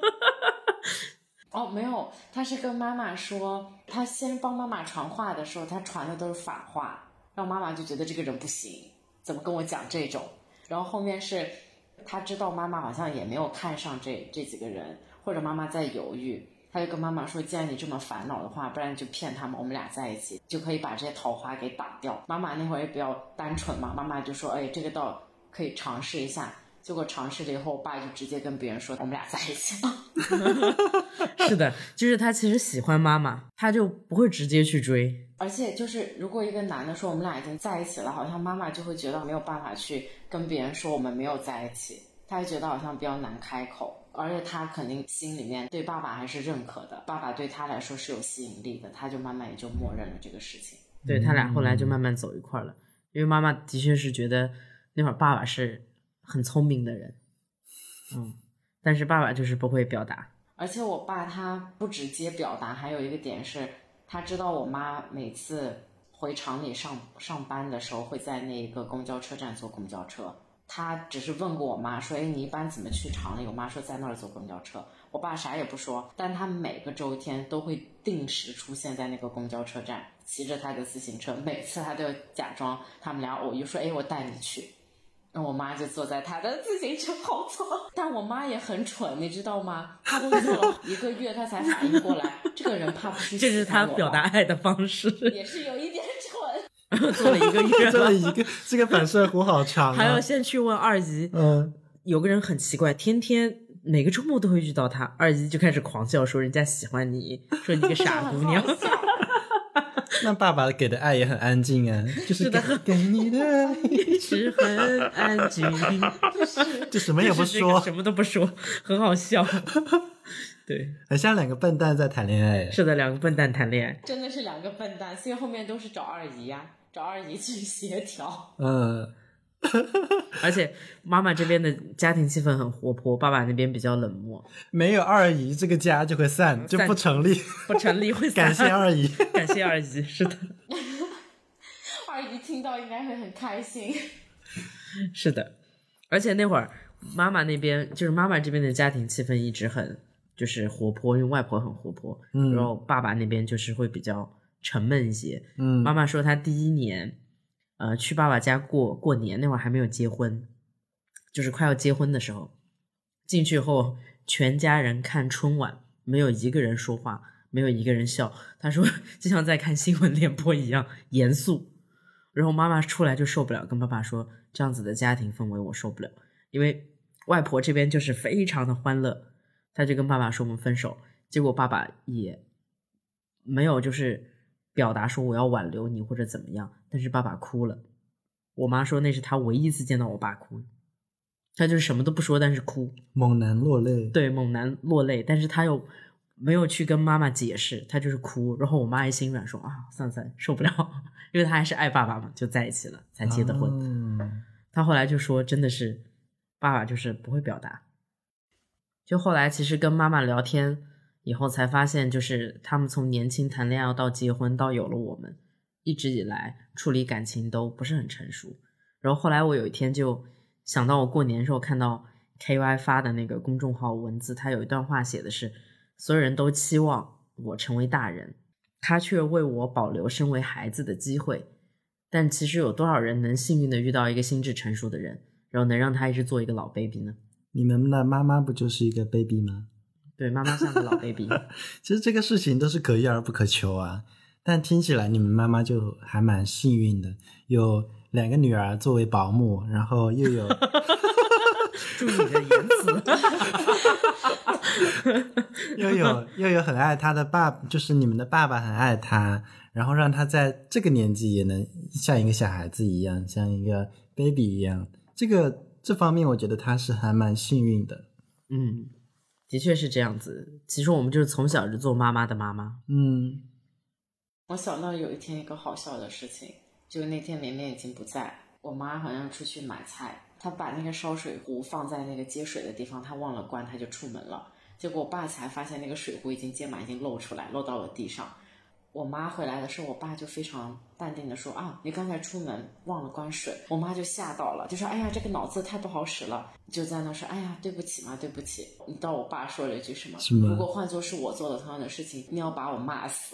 哦，没有，他是跟妈妈说，他先帮妈妈传话的时候，他传的都是反话，让妈妈就觉得这个人不行，怎么跟我讲这种。然后后面是他知道妈妈好像也没有看上这几个人，或者妈妈在犹豫，他就跟妈妈说，既然你这么烦恼的话，不然就骗他们，我们俩在一起就可以把这些桃花给打掉。妈妈那会儿也比较单纯嘛，妈妈就说哎，这个倒可以尝试一下。结果尝试了以后，我爸就直接跟别人说我们俩在一起了。 是的，就是他其实喜欢妈妈，他就不会直接去追。 而且就是如果一个男的说我们俩已经在一起了，好像妈妈就会觉得没有办法去跟别人说我们没有在一起，他会觉得好像比较难开口。而且他肯定心里面对爸爸还是认可的，爸爸对他来说是有吸引力的，他就慢慢也就默认了这个事情。 对，他俩后来就慢慢走一块了。因为妈妈的确是觉得那会儿爸爸是很聪明的人，但是爸爸就是不会表达。 而且我爸他不直接表达，还有一个点是他知道我妈每次回厂里上班的时候会在那个公交车站坐公交车，他只是问过我妈说，哎，你一般怎么去厂里？我妈说在那儿坐公交车。我爸啥也不说，但他每个周天都会定时出现在那个公交车站，骑着他的自行车，每次他都假装他们俩偶遇，说哎，我带你去。然后我妈就坐在他的自行车后座，但我妈也很蠢，你知道吗？她都坐了1个月，她才反应过来，这个人怕不是喜欢我吧。 这是他表达爱的方式， 也是有一点蠢。 做了1个月了， 做了1个，这个反射弧好长还要先去问二姨。有个人很奇怪，天天每个周末都会遇到他，二姨就开始狂笑说人家喜欢你，说你个傻姑娘。 那爸爸给的爱也很安静啊，就是给你的爱是很安静， 就什么也不说， 什么都不说，很好笑。对， 很像2个笨蛋在谈恋爱。 是的，2个笨蛋谈恋爱， 真的是2个笨蛋，所以后面都是找二姨呀，找二姨去协调。 而且妈妈这边的家庭气氛很活泼，爸爸那边比较冷漠。 没有二姨，这个家就会散，就不成立， 会散。 感谢二姨， 感谢二姨，是的。 二姨听到应该会很开心。 是的，而且那会儿妈妈那边就是妈妈这边的家庭气氛一直很就是活泼，因为外婆很活泼。然后爸爸那边就是会比较沉闷一些。妈妈说她第1年去爸爸家过年，那会儿还没有结婚，就是快要结婚的时候，进去后全家人看春晚，没有一个人说话，没有一个人笑，他说就像在看新闻联播一样严肃。然后妈妈出来就受不了，跟爸爸说这样子的家庭氛围我受不了，因为外婆这边就是非常的欢乐，他就跟爸爸说我们分手。结果爸爸也没有就是表达说我要挽留你或者怎么样，但是爸爸哭了。我妈说那是他唯一一次见到我爸哭，他就是什么都不说，但是哭， 猛男落泪。 对，猛男落泪，但是他又没有去跟妈妈解释，他就是哭。然后我妈也心软说啊，算了受不了，因为他还是爱爸爸嘛，就在一起了，才结的婚。他后来就说真的是爸爸就是不会表达。 就后来其实跟妈妈聊天以后才发现，就是他们从年轻谈恋爱到结婚到有了我们，一直以来处理感情都不是很成熟。然后后来我有一天就想到我过年的时候看到 KY 发的那个公众号文字，他有一段话写的是，所有人都期望我成为大人，他却为我保留身为孩子的机会。但其实有多少人能幸运的遇到一个心智成熟的人，然后能让他一直做一个老 baby 呢？ 你们的妈妈不就是一个 baby 吗？ 对，妈妈像个老 baby 其实这个事情都是可遇而不可求啊，但听起来你们妈妈就还蛮幸运的，有2个女儿作为保姆，然后又有注意你的言辞又有很爱她的爸，就是你们的爸爸很爱她，然后让她在这个年纪也能像一个小孩子一样，像一个 baby 一样，这方面我觉得她是还蛮幸运的。 的确是这样子。其实我们就是从小就做妈妈的妈妈。 我想到有一天一个好笑的事情，就那天绵绵已经不在，我妈好像出去买菜，她把那个烧水壶放在那个接水的地方，她忘了关，她就出门了。结果我爸才发现那个水壶已经接满，已经漏出来，漏到了地上。我妈回来的时候，我爸就非常淡定的说啊，你刚才出门忘了关水。我妈就吓到了，就说哎呀，这个脑子太不好使了，就在那说哎呀，对不起嘛，对不起。你知道我爸说了一句什么？如果换作是我做的同样的事情，你要把我骂死。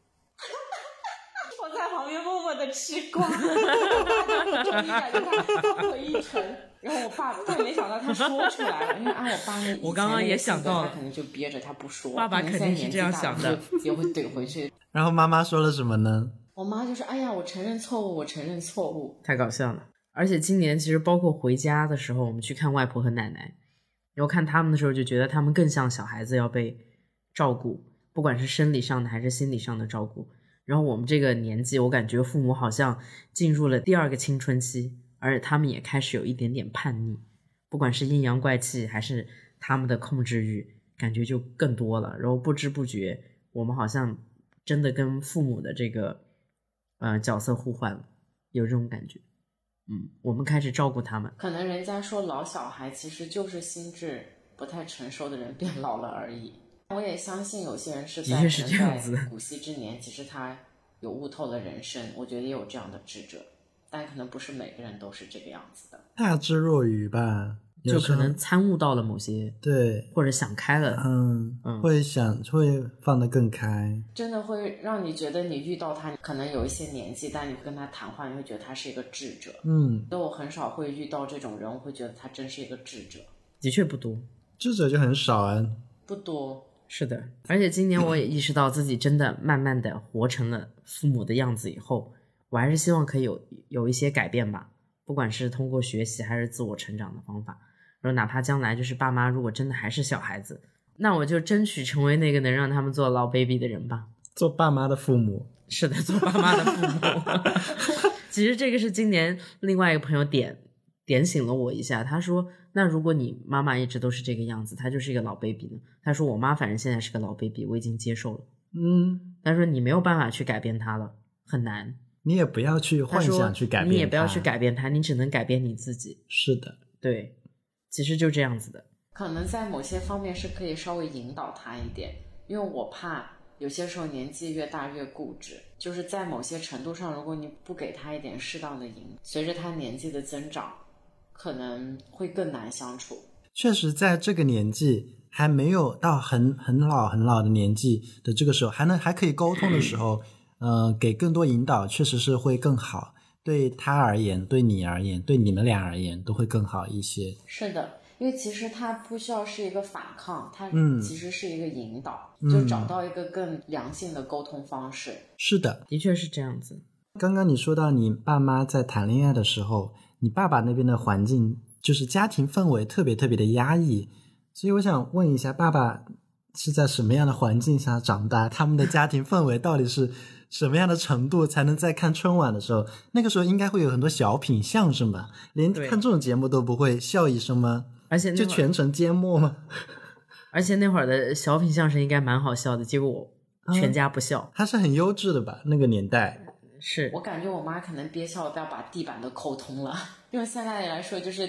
我在旁边默默的吃瓜，我爸就终于感觉他放回一程。然后我爸但没想到他说出来了，因为按我爸那我刚刚也想到了， 他可能就憋着他不说， 爸爸肯定是这样想的， 也会怼回去。 然后妈妈说了什么呢？ 我妈就说哎呀，我承认错误，我承认错误。 太搞笑了。而且今年其实包括回家的时候，我们去看外婆和奶奶，然后看他们的时候就觉得他们更像小孩子要被照顾，不管是生理上的还是心理上的照顾。然后我们这个年纪，我感觉父母好像进入了第2个青春期，而且他们也开始有一点点叛逆，不管是阴阳怪气还是他们的控制欲，感觉就更多了。然后不知不觉我们好像真的跟父母的这个角色互换了，有这种感觉。我们开始照顾他们。 可能人家说老小孩其实就是心智不太成熟的人变老了而已。我也相信有些人是在古稀之年，其实他有悟透了人生，我觉得也有这样的智者，但可能不是每个人都是这个样子的。 大智若愚吧， 就可能参悟到了某些， 对， 或者想开了， 会放得更开， 真的会让你觉得你遇到他可能有一些年纪，但你跟他谈话，你会觉得他是一个智者。所以我很少会遇到这种人，我会觉得他真是一个智者。 的确不多， 智者就很少啊， 不多。 是的，而且今年我也意识到自己真的慢慢的活成了父母的样子以后，我还是希望可以有一些改变吧，不管是通过学习还是自我成长的方法。然后哪怕将来就是爸妈如果真的还是小孩子，那我就争取成为那个能让他们做老 baby 的人吧， 做爸妈的父母。 是的，做爸妈的父母。其实这个是今年另外一个朋友点醒了我一下，他说那如果你妈妈一直都是这个样子，她就是一个老 baby 呢？他说我妈反正现在是个老 baby， 我已经接受了。他说你没有办法去改变她了，很难。 你也不要去幻想去改变她， 你也不要去改变她，你只能改变你自己。 是的， 对，其实就这样子的。 可能在某些方面是可以稍微引导她一点，因为我怕有些时候年纪越大越固执，就是在某些程度上，如果你不给她一点适当的随着她年纪的增长，可能会更难相处。 确实在这个年纪还没有到很老的年纪的这个时候，还可以沟通的时候，给更多引导确实是会更好，对他而言，对你而言，对你们俩而言都会更好一些。 是的，因为其实它不需要是一个反抗，它其实是一个引导，就找到一个更良性的沟通方式。 是的， 的确是这样子。 刚刚你说到你爸妈在谈恋爱的时候，你爸爸那边的环境就是家庭氛围特别特别的压抑，所以我想问一下，爸爸是在什么样的环境下长大？他们的家庭氛围到底是什么样的程度才能在看春晚的时候，那个时候应该会有很多小品相声吧，连看这种节目都不会笑一声吗？ 而且就全程缄默吗？ 而且那会儿的小品相声应该蛮好笑的，结果我全家不笑。 它是很优质的吧，那个年代。 是我感觉我妈可能憋笑到把地板都抠通了，用现在来说就是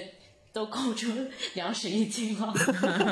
都够出21斤了。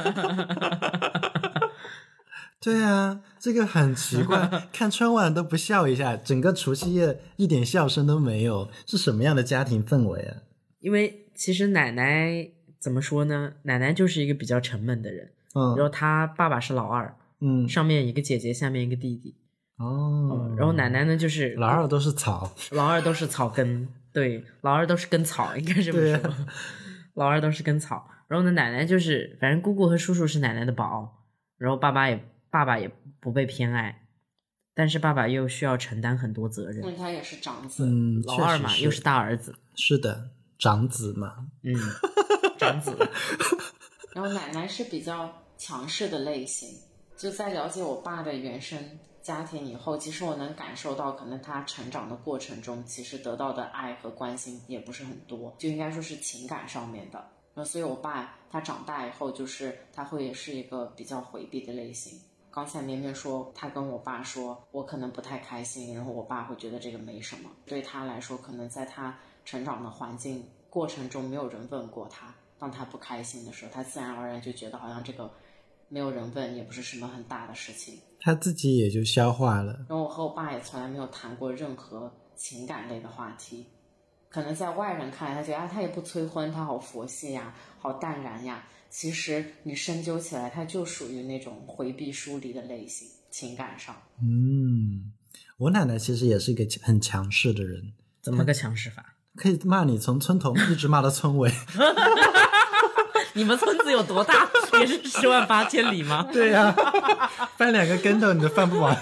对啊，这个很奇怪，看春晚都不笑一下，整个除夕夜一点笑声都没有，是什么样的家庭氛围啊？ 因为其实奶奶怎么说呢？奶奶就是一个比较沉闷的人，然后她爸爸是老二，上面一个姐姐，下面一个弟弟。然后奶奶呢就是老二都是草， 老二都是草根，对，老二都是根草，应该这么说。老二都是根草。然后呢，奶奶就是反正姑姑和叔叔是奶奶的宝，然后爸爸也不被偏爱，但是爸爸又需要承担很多责任， 因为他也是长子， 老二嘛，又是大儿子， 是的，长子嘛， 长子。 然后奶奶是比较强势的类型，就在了解我爸的原生家庭以后，其实我能感受到，可能他成长的过程中，其实得到的爱和关心也不是很多，就应该说是情感上面的。所以我爸他长大以后，就是他会是一个比较回避的类型。刚才绵绵说他跟我爸说我可能不太开心，然后我爸会觉得这个没什么，对他来说可能在他成长的环境过程中没有人问过他，当他不开心的时候，他自然而然就觉得好像这个没有人问也不是什么很大的事情， 他自己也就消化了。 然后我和我爸也从来没有谈过任何情感类的话题，可能在外人看来他觉得他也不催婚，他好佛系呀，好淡然呀，其实你深究起来他就属于那种回避疏离的类型，情感上。 我奶奶其实也是一个很强势的人。 怎么个强势法？ 可以骂你从村头一直骂到村尾。 你们村子有多大？也是10万8千里吗？ 对呀，翻2个跟头你都翻不完。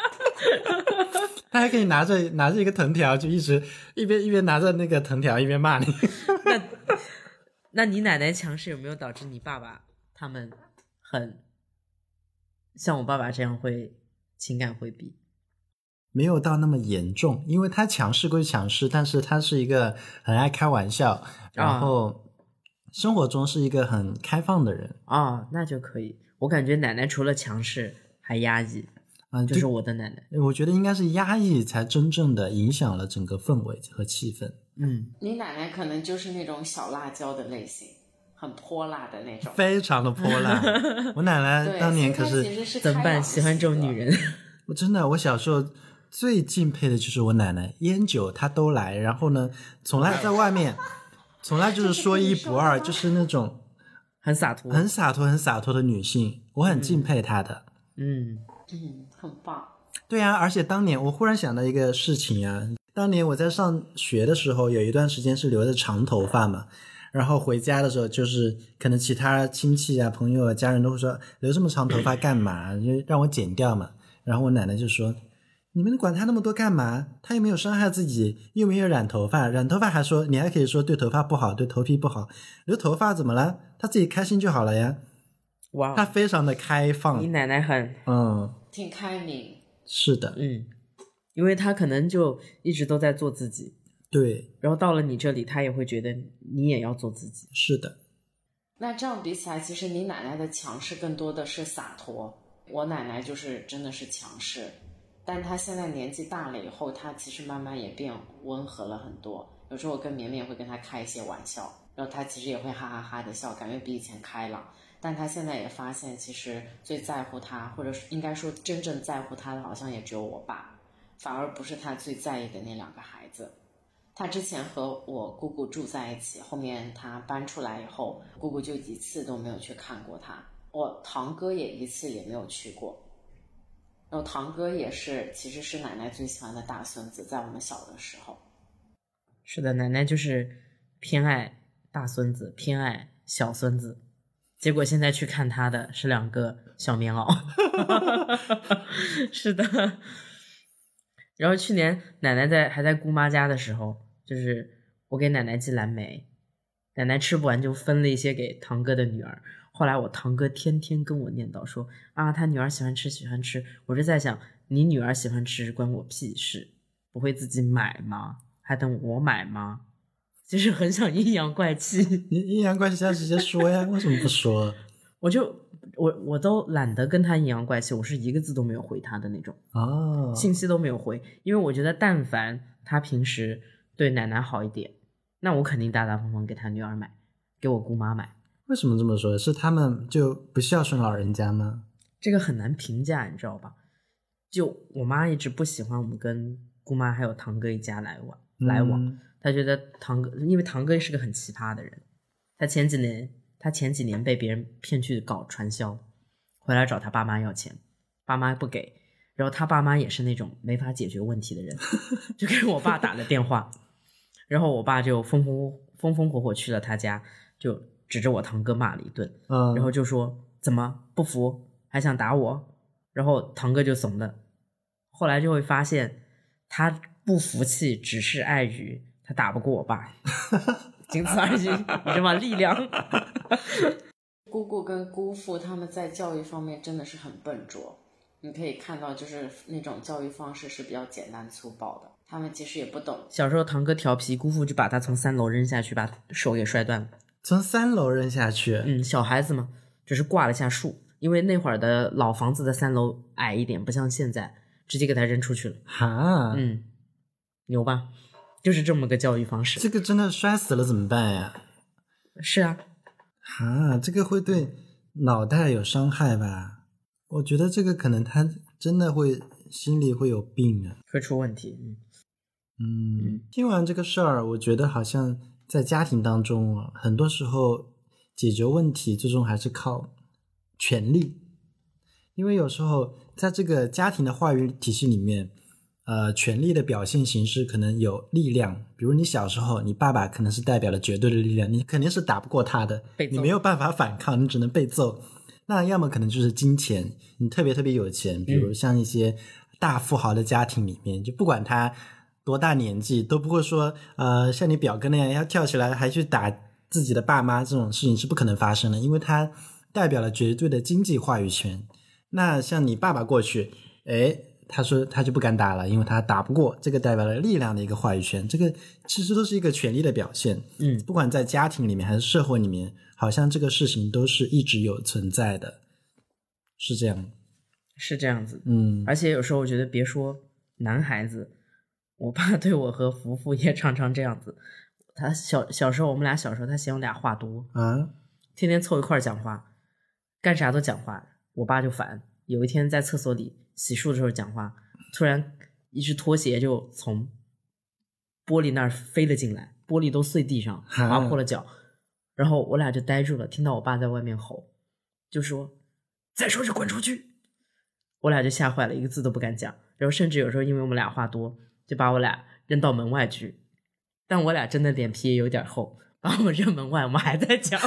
他还可以拿着一个藤条，就一直一边拿着那个藤条一边骂你。 那你奶奶强势有没有导致你爸爸他们很像我爸爸这样会情感回避？ 没有到那么严重，因为他强势归强势，但是他是一个很爱开玩笑，然后生活中是一个很开放的人。 那就可以。我感觉奶奶除了强势还压抑，就是我的奶奶。 我觉得应该是压抑才真正的影响了整个氛围和气氛。 你奶奶可能就是那种小辣椒的类型，很泼辣的那种， 非常的泼辣。我奶奶当年可是怎么办？喜欢这种女人。 我真的，我小时候最敬佩的就是我奶奶，烟酒她都来，然后呢从来在外面从来就是说一不二，就是那种很洒脱很洒脱的女性，我很敬佩她的。 很棒。 对啊，而且当年我忽然想到一个事情啊，当年我在上学的时候有一段时间是留着长头发嘛，然后回家的时候就是可能其他亲戚啊朋友啊家人都会说留这么长头发干嘛，就让我剪掉嘛。然后我奶奶就说你们管他那么多干嘛，他又没有伤害自己，又没有染头发，染头发还说你还可以说对头发不好，对头皮不好，留头发怎么了，他自己开心就好了呀。 哇， 他非常的开放。 你奶奶很挺开明。 是的， 因为他可能就一直都在做自己， 对， 然后到了你这里他也会觉得你也要做自己。 是的。 那这样比起来，其实你奶奶的强势更多的是洒脱，我奶奶就是真的是强势，但她现在年纪大了以后，她其实慢慢也变温和了很多。有时候我跟绵绵会跟她开一些玩笑，然后她其实也会哈哈哈的笑，感觉比以前开朗。但她现在也发现，其实最在乎她，或者应该说真正在乎她的，好像也只有我爸，反而不是她最在意的那2个孩子。她之前和我姑姑住在一起，后面她搬出来以后，姑姑就一次都没有去看过她，我堂哥也一次也没有去过。然后堂哥也是，其实是奶奶最喜欢的大孙子，在我们小的时候。 是的，奶奶就是偏爱大孙子，偏爱小孙子，结果现在去看他的是2个小棉袄。是的。然后去年奶奶还在姑妈家的时候，就是我给奶奶寄蓝莓，奶奶吃不完就分了一些给堂哥的女儿。后来我堂哥天天跟我念叨说他女儿喜欢吃。我就在想，你女儿喜欢吃关我屁事，不会自己买吗？还等我买吗？就是很想阴阳怪气。 你阴阳怪气要直接说呀，为什么不说？ 我都懒得跟他阴阳怪气，我是一个字都没有回他的那种信息都没有回，因为我觉得但凡他平时对奶奶好一点，那我肯定大大方方给他女儿买。 给我姑妈买。 为什么这么说？是他们就不孝顺老人家吗？ 这个很难评价，你知道吧？就我妈一直不喜欢我们跟姑妈还有堂哥一家来往，她觉得堂哥，因为堂哥是个很奇葩的人，他前几年被别人骗去搞传销，回来找他爸妈要钱，爸妈不给，然后他爸妈也是那种没法解决问题的人，就给我爸打了电话，然后我爸就风风火火去了他家，就指着我堂哥骂了一顿，然后就说怎么不服还想打我，然后堂哥就怂了。后来就会发现他不服气只是碍于他打不过我爸仅此而已，你知道吗？力量姑姑跟姑父他们在教育方面真的是很笨拙，你可以看到就是那种教育方式是比较简单粗暴的，他们其实也不懂。 小时候堂哥调皮，姑父就把他从3楼扔下去，把手给摔断了。 从3楼扔下去？ 小孩子嘛，只是挂了下树，因为那会儿的老房子的3楼矮一点，不像现在，直接给他扔出去了。 哈， 牛吧？就是这么个教育方式。 这个真的摔死了怎么办呀？ 是啊。 这个会对脑袋有伤害吧？我觉得这个可能他真的会心里会有病啊， 会出问题。 听完这个事儿，我觉得好像在家庭当中啊，很多时候解决问题最终还是靠权力，因为有时候在这个家庭的话语体系里面，权力的表现形式可能有力量，比如你小时候你爸爸可能是代表了绝对的力量，你肯定是打不过他的，你没有办法反抗，你只能被揍。那要么可能就是金钱，你特别特别有钱，比如像一些大富豪的家庭里面，就不管他多大年纪都不会说像你表哥那样要跳起来还去打自己的爸妈，这种事情是不可能发生的，因为他代表了绝对的经济话语权。那像你爸爸过去他说他就不敢打了，因为他打不过，这个代表了力量的一个话语权，这个其实都是一个权力的表现。不管在家庭里面还是社会里面，好像这个事情都是一直有存在的，是这样。 是这样子。而且有时候我觉得别说男孩子，我爸对我和福福也常常这样子。他小时候，我们俩小时候他嫌我俩话多天天凑一块讲话，干啥都讲话，我爸就烦。有一天在厕所里洗漱的时候讲话，突然一只拖鞋就从玻璃那儿飞了进来，玻璃都碎地上，划破了脚，然后我俩就呆住了，听到我爸在外面吼，就说再说就滚出去。我俩就吓坏了，一个字都不敢讲，然后甚至有时候因为我们俩话多，就把我俩扔到门外去，但我俩真的脸皮也有点厚，把我们扔门外，我们还在讲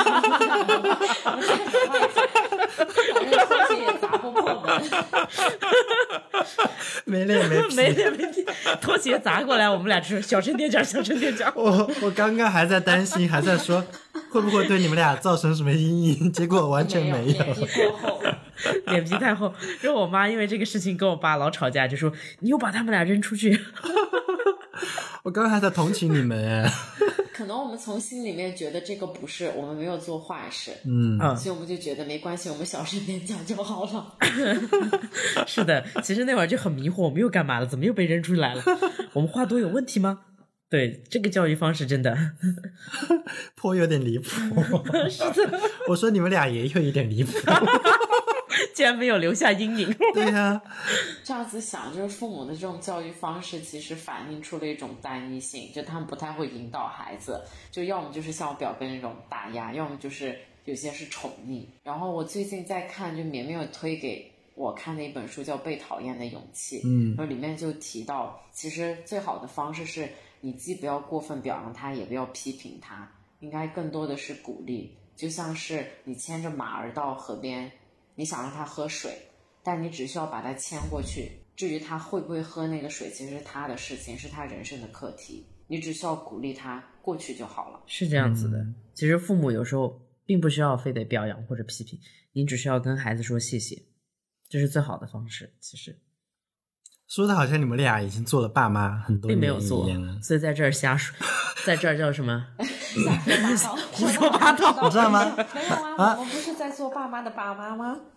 没脸没皮， 没脸没皮，拖鞋砸过来，我们俩就说小声点讲，小声点讲。 我刚刚还在担心，还在说会不会对你们俩造成什么阴影，结果完全没有。 脸皮太厚。然后我妈因为这个事情跟我爸老吵架，就说你又把他们俩扔出去。 我刚刚还在同情你们可能我们从心里面觉得这个不是我们没有做坏事，所以我们就觉得没关系，我们小声点讲就好了。 是的，其实那会儿就很迷惑，我们又干嘛了？怎么又被扔出来了？我们话多有问题吗？对，这个教育方式真的颇有点离谱。 是的， 我说你们俩也有一点离谱。 竟然没有留下阴影。 对呀， 这样子想，就是父母的这种教育方式其实反映出了一种单一性，就他们不太会引导孩子，就要么就是像我表哥那种打压，要么就是有些是宠溺。然后我最近在看，就绵绵有推给我看的一本书叫《被讨厌的勇气》，然后里面就提到，其实最好的方式是你既不要过分表扬他，也不要批评他，应该更多的是鼓励。就像是你牵着马儿到河边，你想让他喝水，但你只需要把他牵过去，至于他会不会喝那个水，其实是他的事情，是他人生的课题，你只需要鼓励他过去就好了。 是这样子的，其实父母有时候并不需要非得表扬或者批评，你只需要跟孩子说谢谢，这是最好的方式。其实说的好像你们俩已经做了爸妈很多年， 并没有做，所以在这儿瞎说，在这儿叫什么胡说八道， 胡说八道， 你知道吗？ 没有啊，我们不是在做爸妈的爸妈吗？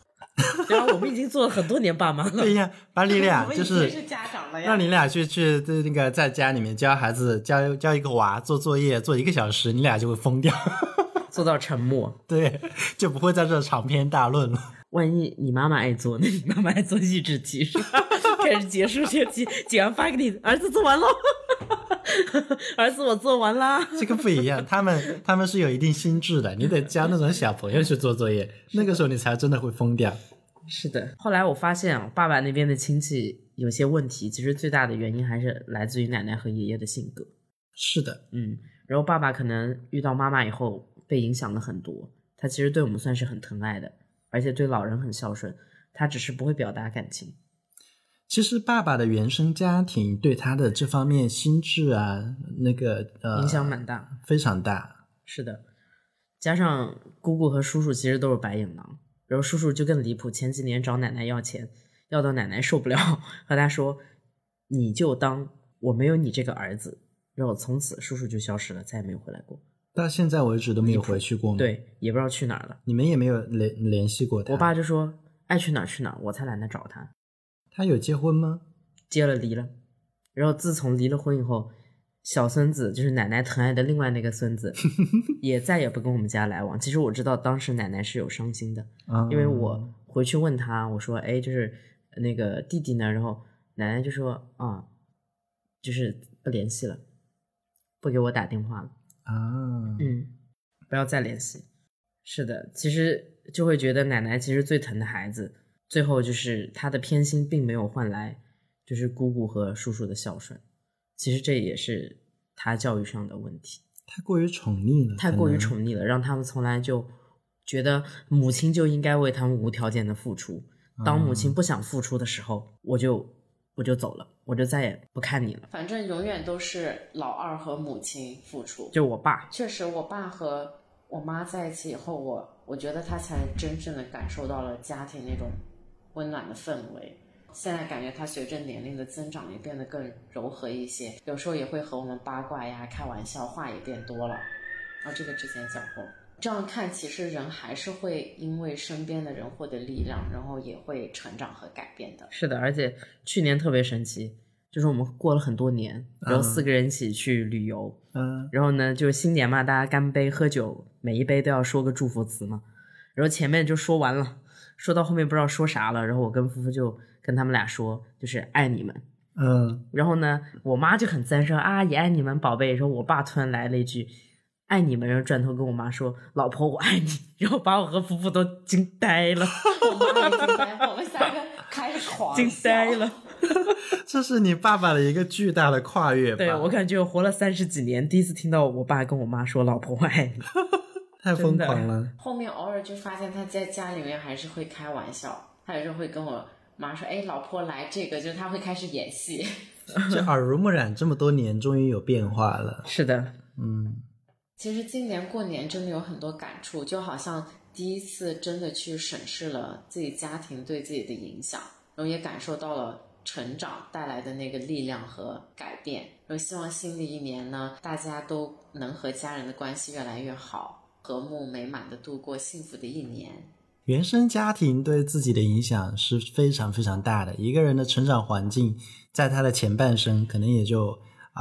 对啊，我们已经做了很多年爸妈了。 不一样，把你俩我们已就是经是家长了呀。 让你俩去那个在家里面教孩子教一个娃做作业做1个小时，你俩就会疯掉。 做到沉默。 对，就不会在这长篇大论了。 万一你妈妈爱做，那你妈妈爱做益智题是吧？开始结束学题，解完发给你，儿子做完喽。儿子我做完啦。 这个不一样，他们是有一定心智的，你得教那种小朋友去做作业，那个时候你才真的会疯掉。 是的，后来我发现啊，爸爸那边的亲戚有些问题，其实最大的原因还是来自于奶奶和爷爷的性格。 是的， 然后爸爸可能遇到妈妈以后被影响了很多，他其实对我们算是很疼爱的，而且对老人很孝顺，他只是不会表达感情。 其实爸爸的原生家庭对他的这方面心智啊，那个影响蛮大， 非常大。 是的，加上姑姑和叔叔其实都是白眼狼，然后叔叔就更离谱，前几年找奶奶要钱，要到奶奶受不了，和他说你就当我没有你这个儿子，然后从此叔叔就消失了，再也没有回来过， 到现在为止都没有回去过吗？ 对，也不知道去哪儿了。 你们也没有联系过他？ 我爸就说爱去哪儿去哪儿，我才懒得找他。 他有结婚吗？ 结了离了，然后自从离了婚以后，小孙子就是奶奶疼爱的另外那个孙子也再也不跟我们家来往。其实我知道当时奶奶是有伤心的，因为我回去问他，我说哎，就是那个弟弟呢，然后奶奶就说就是不联系了，不给我打电话了不要再联系。是的，其实就会觉得奶奶其实最疼的孩子，最后就是他的偏心并没有换来就是姑姑和叔叔的孝顺，其实这也是他教育上的问题， 太过于宠溺了， 太过于宠溺了，让他们从来就觉得母亲就应该为他们无条件的付出，当母亲不想付出的时候，我就走了，我就再也不看你了。 反正永远都是老二和母亲付出。 就我爸， 确实我爸和我妈在一起以后，我觉得他才真正的感受到了家庭那种温暖的氛围。现在感觉他随着年龄的增长也变得更柔和一些，有时候也会和我们八卦呀开玩笑，话也变多了。这个之前讲过。这样看，其实人还是会因为身边的人获得力量，然后也会成长和改变的。 是的，而且去年特别神奇，就是我们过了很多年，然后4个人一起去旅游，然后呢就是新年嘛，大家干杯喝酒，每一杯都要说个祝福词嘛，然后前面就说完了，说到后面不知道说啥了，然后我跟夫妇就跟他们俩说就是爱你们，然后呢我妈就很赞说啊也爱你们宝贝，然后我爸突然来了一句爱你们，然后转头跟我妈说老婆我爱你，然后把我和夫妇都惊呆了。 我妈也惊呆，我们3个开始狂笑， 惊呆了。 这是你爸爸的一个巨大的跨越吧？ 对，我感觉我活了30几年，第一次听到我爸跟我妈说老婆我爱你。 太疯狂了。 后面偶尔就发现他在家里面还是会开玩笑，他有时候会跟我妈说哎老婆来这个，就是他会开始演戏。 就耳濡目染这么多年终于有变化了。 是的。 其实今年过年真的有很多感触，就好像第一次真的去审视了自己家庭对自己的影响，然后也感受到了成长带来的那个力量和改变。然后希望新的一年呢，大家都能和家人的关系越来越好，和睦美满的度过幸福的一年。 原生家庭对自己的影响是非常非常大的，一个人的成长环境在他的前半生可能也就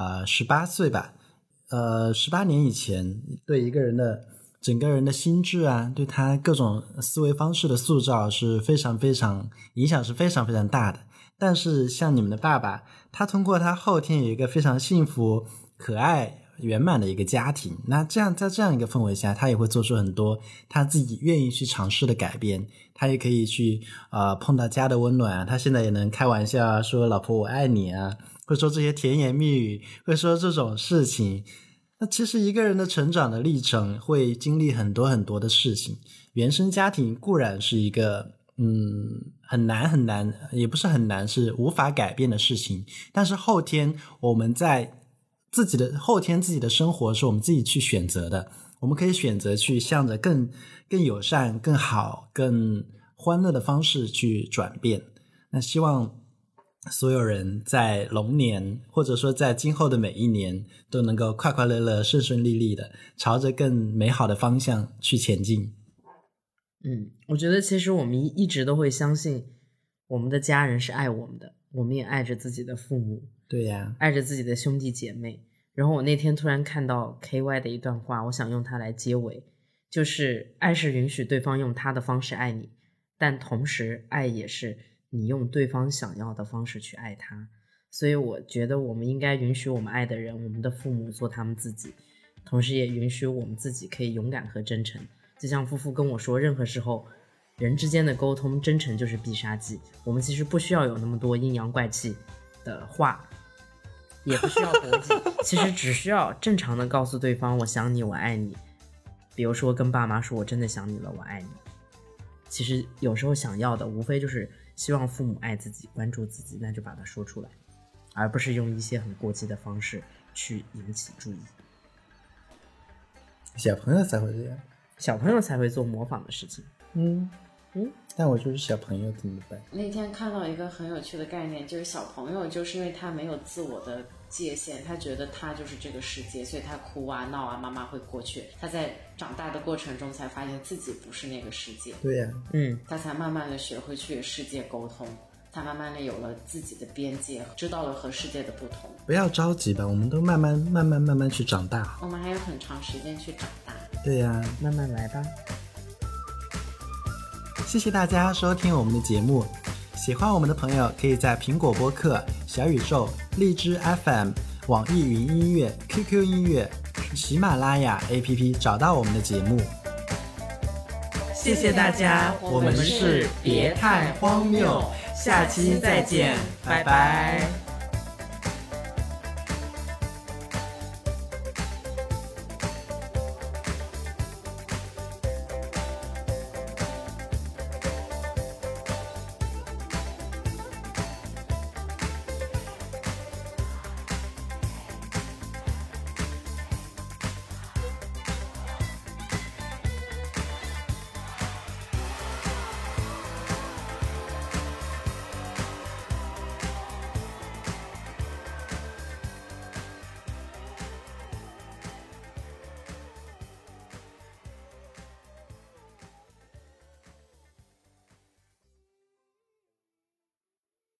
18岁吧，18年以前对一个人的整个人的心智啊，对他各种思维方式的塑造是非常非常影响是非常非常大的。但是像你们的爸爸，他通过他后天有一个非常幸福可爱圆满的一个家庭，那这样在这样一个氛围下，他也会做出很多他自己愿意去尝试的改变，他也可以去碰到家的温暖啊，他现在也能开玩笑啊，说老婆我爱你啊，会说这些甜言蜜语，会说这种事情。那其实一个人的成长的历程会经历很多很多的事情，原生家庭固然是一个很难很难，也不是很难，是无法改变的事情，但是后天我们在自己的生活是我们自己去选择的，我们可以选择去向着更友善更好更欢乐的方式去转变。那希望所有人在龙年或者说在今后的每一年都能够快快乐乐顺顺利利的朝着更美好的方向去前进。 我觉得其实我们一直都会相信我们的家人是爱我们的，我们也爱着自己的父母， 对呀， 爱着自己的兄弟姐妹。然后我那天突然看到 KY 的一段话，我想用它来结尾，就是爱是允许对方用他的方式爱你，但同时爱也是你用对方想要的方式去爱他。所以我觉得我们应该允许我们爱的人，我们的父母做他们自己，同时也允许我们自己可以勇敢和真诚。就像夫妇跟我说，任何时候人之间的沟通真诚就是必杀技，我们其实不需要有那么多阴阳怪气的话，也不需要国际其实只需要正常的告诉对方我想你，我爱你。比如说跟爸妈说我真的想你了，我爱你。其实有时候想要的无非就是希望父母爱自己，关注自己，那就把它说出来，而不是用一些很过激的方式去引起注意。 小朋友才会这样， 小朋友才会做模仿的事情。 但我就是小朋友怎么办？ 那天看到一个很有趣的概念，就是小朋友就是因为他没有自我的界限，他觉得他就是这个世界，所以他哭啊闹啊，妈妈会过去。他在长大的过程中才发现自己不是那个世界， 对呀， 他才慢慢的学会去与世界沟通，他慢慢的有了自己的边界，知道了和世界的不同。 不要着急吧，我们都慢慢去长大。 我们还有很长时间去长大。 对呀， 慢慢来吧。 谢谢大家收听我们的节目，喜欢我们的朋友可以在苹果播客、小宇宙、荔枝 FM、网易云音乐、QQ 音乐、喜马拉雅 APP 找到我们的节目。 谢谢大家，我们是别太荒谬，下期再见，拜拜。